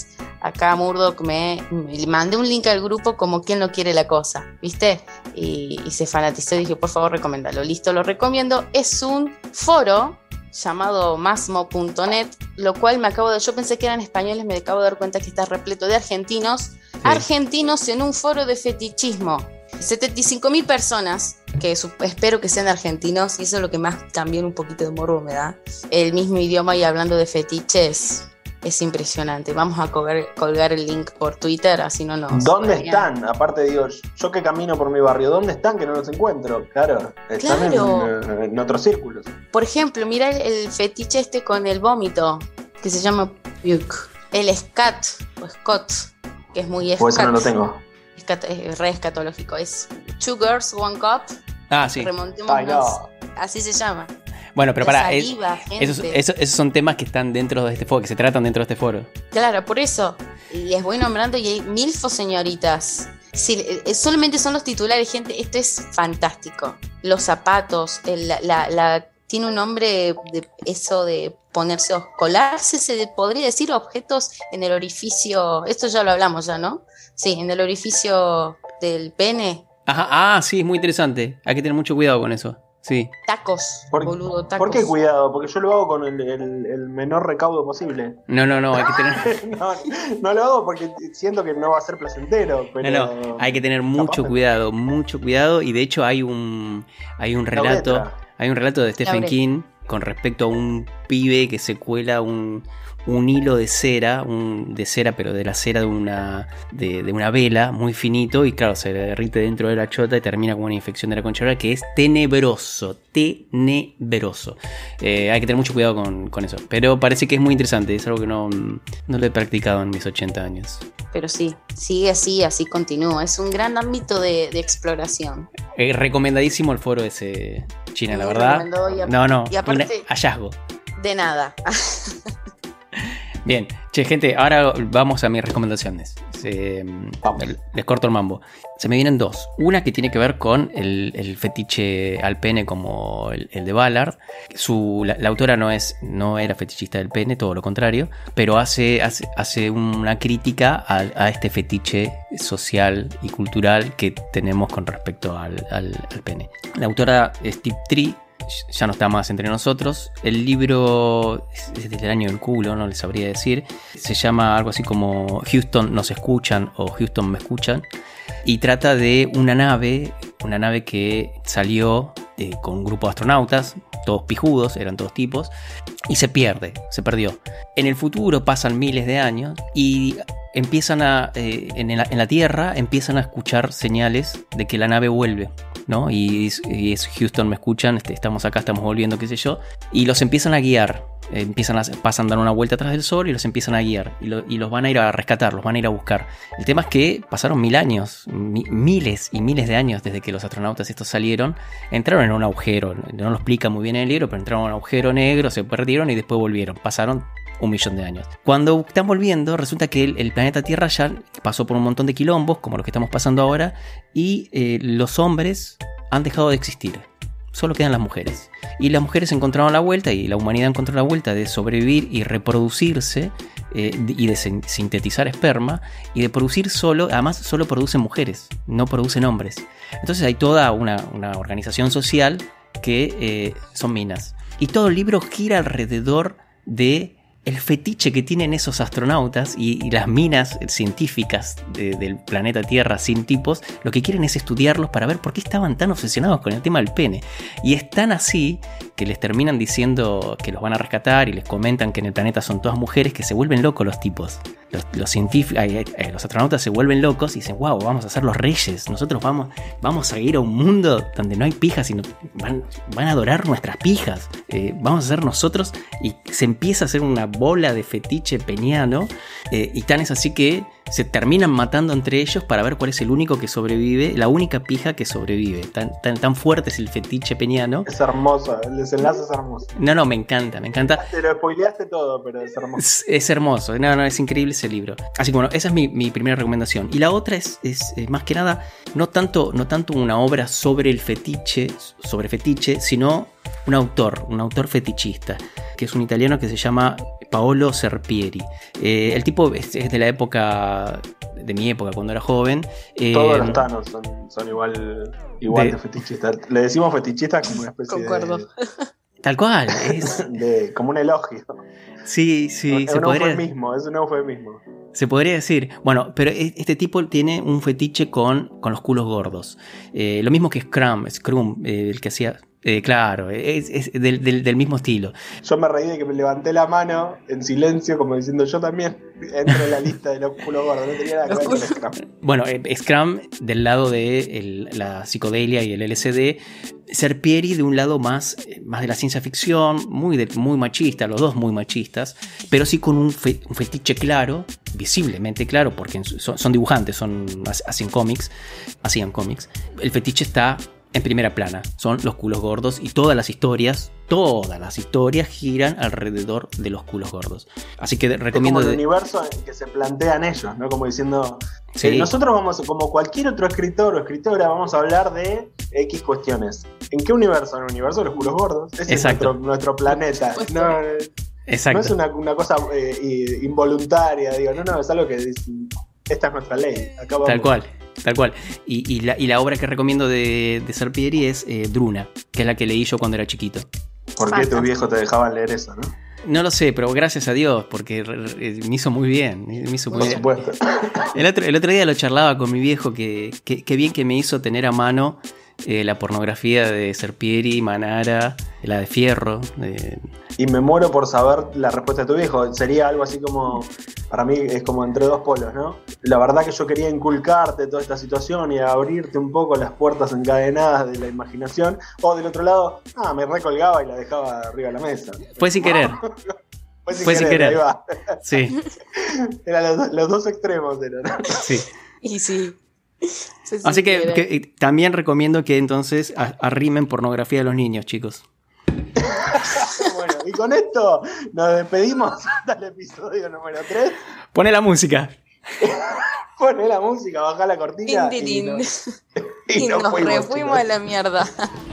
acá Murdoch me, me mandé un link al grupo como quien no quiere la cosa, ¿viste? Y, y se fanatizó y dije, por favor, recomiéndalo. Listo, lo recomiendo. Es un foro llamado masmo punto net, lo cual me acabo de... Yo pensé que eran españoles, me acabo de dar cuenta que está repleto de argentinos. Sí. Argentinos en un foro de fetichismo. setenta y cinco mil personas, que su, espero que sean argentinos, y eso es lo que más también un poquito de morbo me da. El mismo idioma y hablando de fetiches, es impresionante. Vamos a colgar, colgar el link por Twitter, así no nos... ¿Dónde están? Aparte digo, yo que camino por mi barrio, ¿dónde están que no los encuentro? Claro, están claro. En, en otros círculos. Por ejemplo, mira el, el fetiche este con el vómito, que se llama puke. El scat, o scot, que es muy scat. Pues eso no lo tengo. Es re escatológico. Es Two Girls, One Cup. Ah, sí. Remontémonos. Ay, no. Así se llama. Bueno, pero para es, esos, gente. esos, esos son temas que están dentro de este foro, que se tratan dentro de este foro. Claro, por eso. Y les voy nombrando y hay milfos, señoritas. Sí, solamente son los titulares, gente. Esto es fantástico. Los zapatos, el, la, la, la, tiene un nombre de eso de ponerse, colarse, se podría decir, objetos en el orificio. Esto ya lo hablamos ya, ¿no? Sí, en el orificio del pene. Ajá, ah, sí, es muy interesante. Hay que tener mucho cuidado con eso. Sí. Tacos, ¿Por, boludo, tacos. ¿Por qué cuidado? Porque yo lo hago con el, el, el menor recaudo posible. No, no, no, hay que tener... no, no lo hago porque siento que no va a ser placentero. Pero... No, no, hay que tener mucho Capaz cuidado, mucho cuidado. Y de hecho hay un, hay un relato, hay un relato de Stephen King con respecto a un pibe que se cuela un... un hilo de cera, un, de cera, pero de la cera de una, de, de una vela, muy finito, y claro, se derrite dentro de la chota y termina con una infección de la concha oral que es tenebroso, tenebroso. Eh, hay que tener mucho cuidado con, con eso, pero parece que es muy interesante, es algo que no, no lo he practicado en mis ochenta años. Pero sí, sigue así, así continúa, es un gran ámbito de, de exploración. Eh, recomendadísimo el foro ese, China, la verdad. Y a, no, no, y aparte, un hallazgo. De nada. Bien, che, gente, ahora vamos a mis recomendaciones. Se, les corto el mambo. Se me vienen dos. Una que tiene que ver con el, el fetiche al pene como el, el de Ballard. Su, la, la autora no, es, no era fetichista del pene, todo lo contrario, pero hace, hace, hace una crítica a, a este fetiche social y cultural que tenemos con respecto al, al, al pene. La autora Steve Tree ya no está más entre nosotros. El libro es del año del culo, no les sabría decir. Se llama algo así como Houston nos escuchan o Houston me escuchan. Y trata de una nave, una nave que salió eh, con un grupo de astronautas, todos pijudos, eran todos tipos, y se pierde, se perdió. En el futuro pasan miles de años y empiezan a, eh, en, la, en la Tierra empiezan a escuchar señales de que la nave vuelve, ¿no? Y, y es Houston, me escuchan, este, estamos acá, estamos volviendo, qué sé yo, y los empiezan a guiar, eh, empiezan a, pasan a dar una vuelta atrás del sol y los empiezan a guiar, y, lo, y los van a ir a rescatar, los van a ir a buscar. El tema es que pasaron mil años, mi, miles y miles de años desde que los astronautas estos salieron, entraron en un agujero, no lo explica muy bien en el libro, pero entraron en un agujero negro, se perdieron y después volvieron, pasaron un millón de años. Cuando están volviendo, resulta que el, el planeta Tierra ya pasó por un montón de quilombos, como los que estamos pasando ahora, y eh, los hombres han dejado de existir. Solo quedan las mujeres. Y las mujeres encontraron la vuelta, y la humanidad encontró la vuelta de sobrevivir y reproducirse, eh, y de sintetizar esperma, y de producir solo, además solo producen mujeres, no producen hombres. Entonces hay toda una, una organización social que eh, son minas. Y todo el libro gira alrededor de el fetiche que tienen esos astronautas y, y las minas científicas de, del planeta Tierra sin tipos. Lo que quieren es estudiarlos para ver por qué estaban tan obsesionados con el tema del pene. Y es tan así que les terminan diciendo que los van a rescatar y les comentan que en el planeta son todas mujeres, que se vuelven locos los tipos. Los, los científicos, eh, eh, los astronautas se vuelven locos y dicen, wow, vamos a ser los reyes. Nosotros vamos, vamos a ir a un mundo donde no hay pijas, sino van, van a adorar nuestras pijas. Eh, vamos a ser nosotros, y se empieza a hacer una bola de fetiche peniano, eh, y tan es así que se terminan matando entre ellos para ver cuál es el único que sobrevive, la única pija que sobrevive. Tan, tan, tan fuerte es el fetiche peniano. Es hermoso, el desenlace es hermoso. No, no, me encanta, me encanta. Te lo spoileaste todo, pero es hermoso. Es, es hermoso, no, no, es increíble ese libro. Así que bueno, esa es mi, mi primera recomendación. Y la otra es, es, es más que nada, no tanto, no tanto una obra sobre el fetiche, sobre fetiche, sino un autor, un autor fetichista, que es un italiano que se llama Paolo Serpieri. Eh, el tipo es, es de la época, de mi época, cuando era joven. Eh, Todos los Thanos son, son igual, igual de, de fetichistas. Le decimos fetichistas como una especie Concuerdo. de... Tal cual. Es, de, como un elogio. sí, sí. Es se un podría, eufemismo, es un eufemismo. Se podría decir. Bueno, pero este tipo tiene un fetiche con, con los culos gordos. Eh, lo mismo que Scrum, Scrum eh, el que hacía... Eh, claro, es, es del, del, del mismo estilo. Yo me reí de que me levanté la mano en silencio, como diciendo yo también entro en la lista de los culos gordos. No tenía nada que ver con Scrum. Bueno, eh, Scrum del lado de el, la psicodelia y el L S D. Serpieri de un lado más, más de la ciencia ficción, muy, de, muy machista, los dos muy machistas, pero sí con un, fe, un fetiche claro, visiblemente claro, porque son, son dibujantes, son, hacen cómics, hacían cómics. El fetiche está en primera plana, son los culos gordos y todas las historias, todas las historias giran alrededor de los culos gordos. Así que recomiendo... Es como el de... universo en que se plantean ellos, ¿no? Como diciendo, sí. eh, nosotros vamos, como cualquier otro escritor o escritora, vamos a hablar de X cuestiones. ¿En qué universo? En el universo de los culos gordos. Ese Exacto. es nuestro, nuestro planeta. No, Exacto. no es una, una cosa eh, involuntaria, digo, no, no, es algo que dice, esta es nuestra ley. Acá vamos. Tal cual. Tal cual. Y, y, la, y la obra que recomiendo de, de Serpieri es eh, Druna, que es la que leí yo cuando era chiquito. ¿Por qué tus viejos te dejaban leer eso, no? No lo sé, pero gracias a Dios, porque me hizo muy bien. Me hizo muy Por bien. supuesto. El otro, el otro día lo charlaba con mi viejo, que, que, que bien que me hizo tener a mano eh, la pornografía de Serpieri, Manara, la de Fierro. Eh. Y me muero por saber la respuesta de tu viejo. Sería algo así como, para mí es como entre dos polos, ¿no? La verdad que yo quería inculcarte toda esta situación y abrirte un poco las puertas encadenadas de la imaginación. O del otro lado, ah, me recolgaba y la dejaba arriba de la mesa. Fue sin querer. Fue sin Fue querer, sin querer. ahí va. Sí. Eran los, los dos extremos. Eran. Sí. Y sí. Sí, Así sí, que, que también recomiendo que entonces arrimen pornografía a los niños, chicos. Bueno, y con esto nos despedimos hasta el episodio número tres. Pone la música. Pone la música, baja la cortina. Din, din, y din. nos, y y nos nos fuimos, refuimos chicos. a la mierda.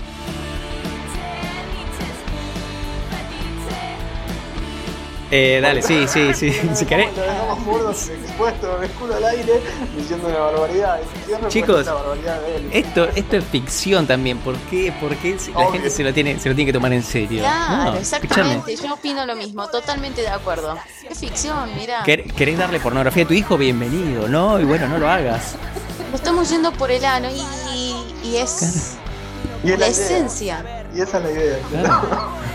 Eh, dale, sí, sí, sí. Si querés. Lo dejamos burdos, expuestos, me escudo al aire, diciendo una barbaridad. Cierro Chicos, la barbaridad de él. Esto, esto es ficción también. ¿Por qué? ¿Por qué la Obvio. gente se lo, tiene, se lo tiene que tomar en serio? Claro, No, exactamente. Yo opino lo mismo, totalmente de acuerdo. Es ficción, mirá. ¿Quer- ¿Querés darle pornografía a tu hijo? Bienvenido, ¿no? Y bueno, no lo hagas. Lo estamos yendo por el ano y, y es Y es la idea. esencia. Y esa es la idea. Claro.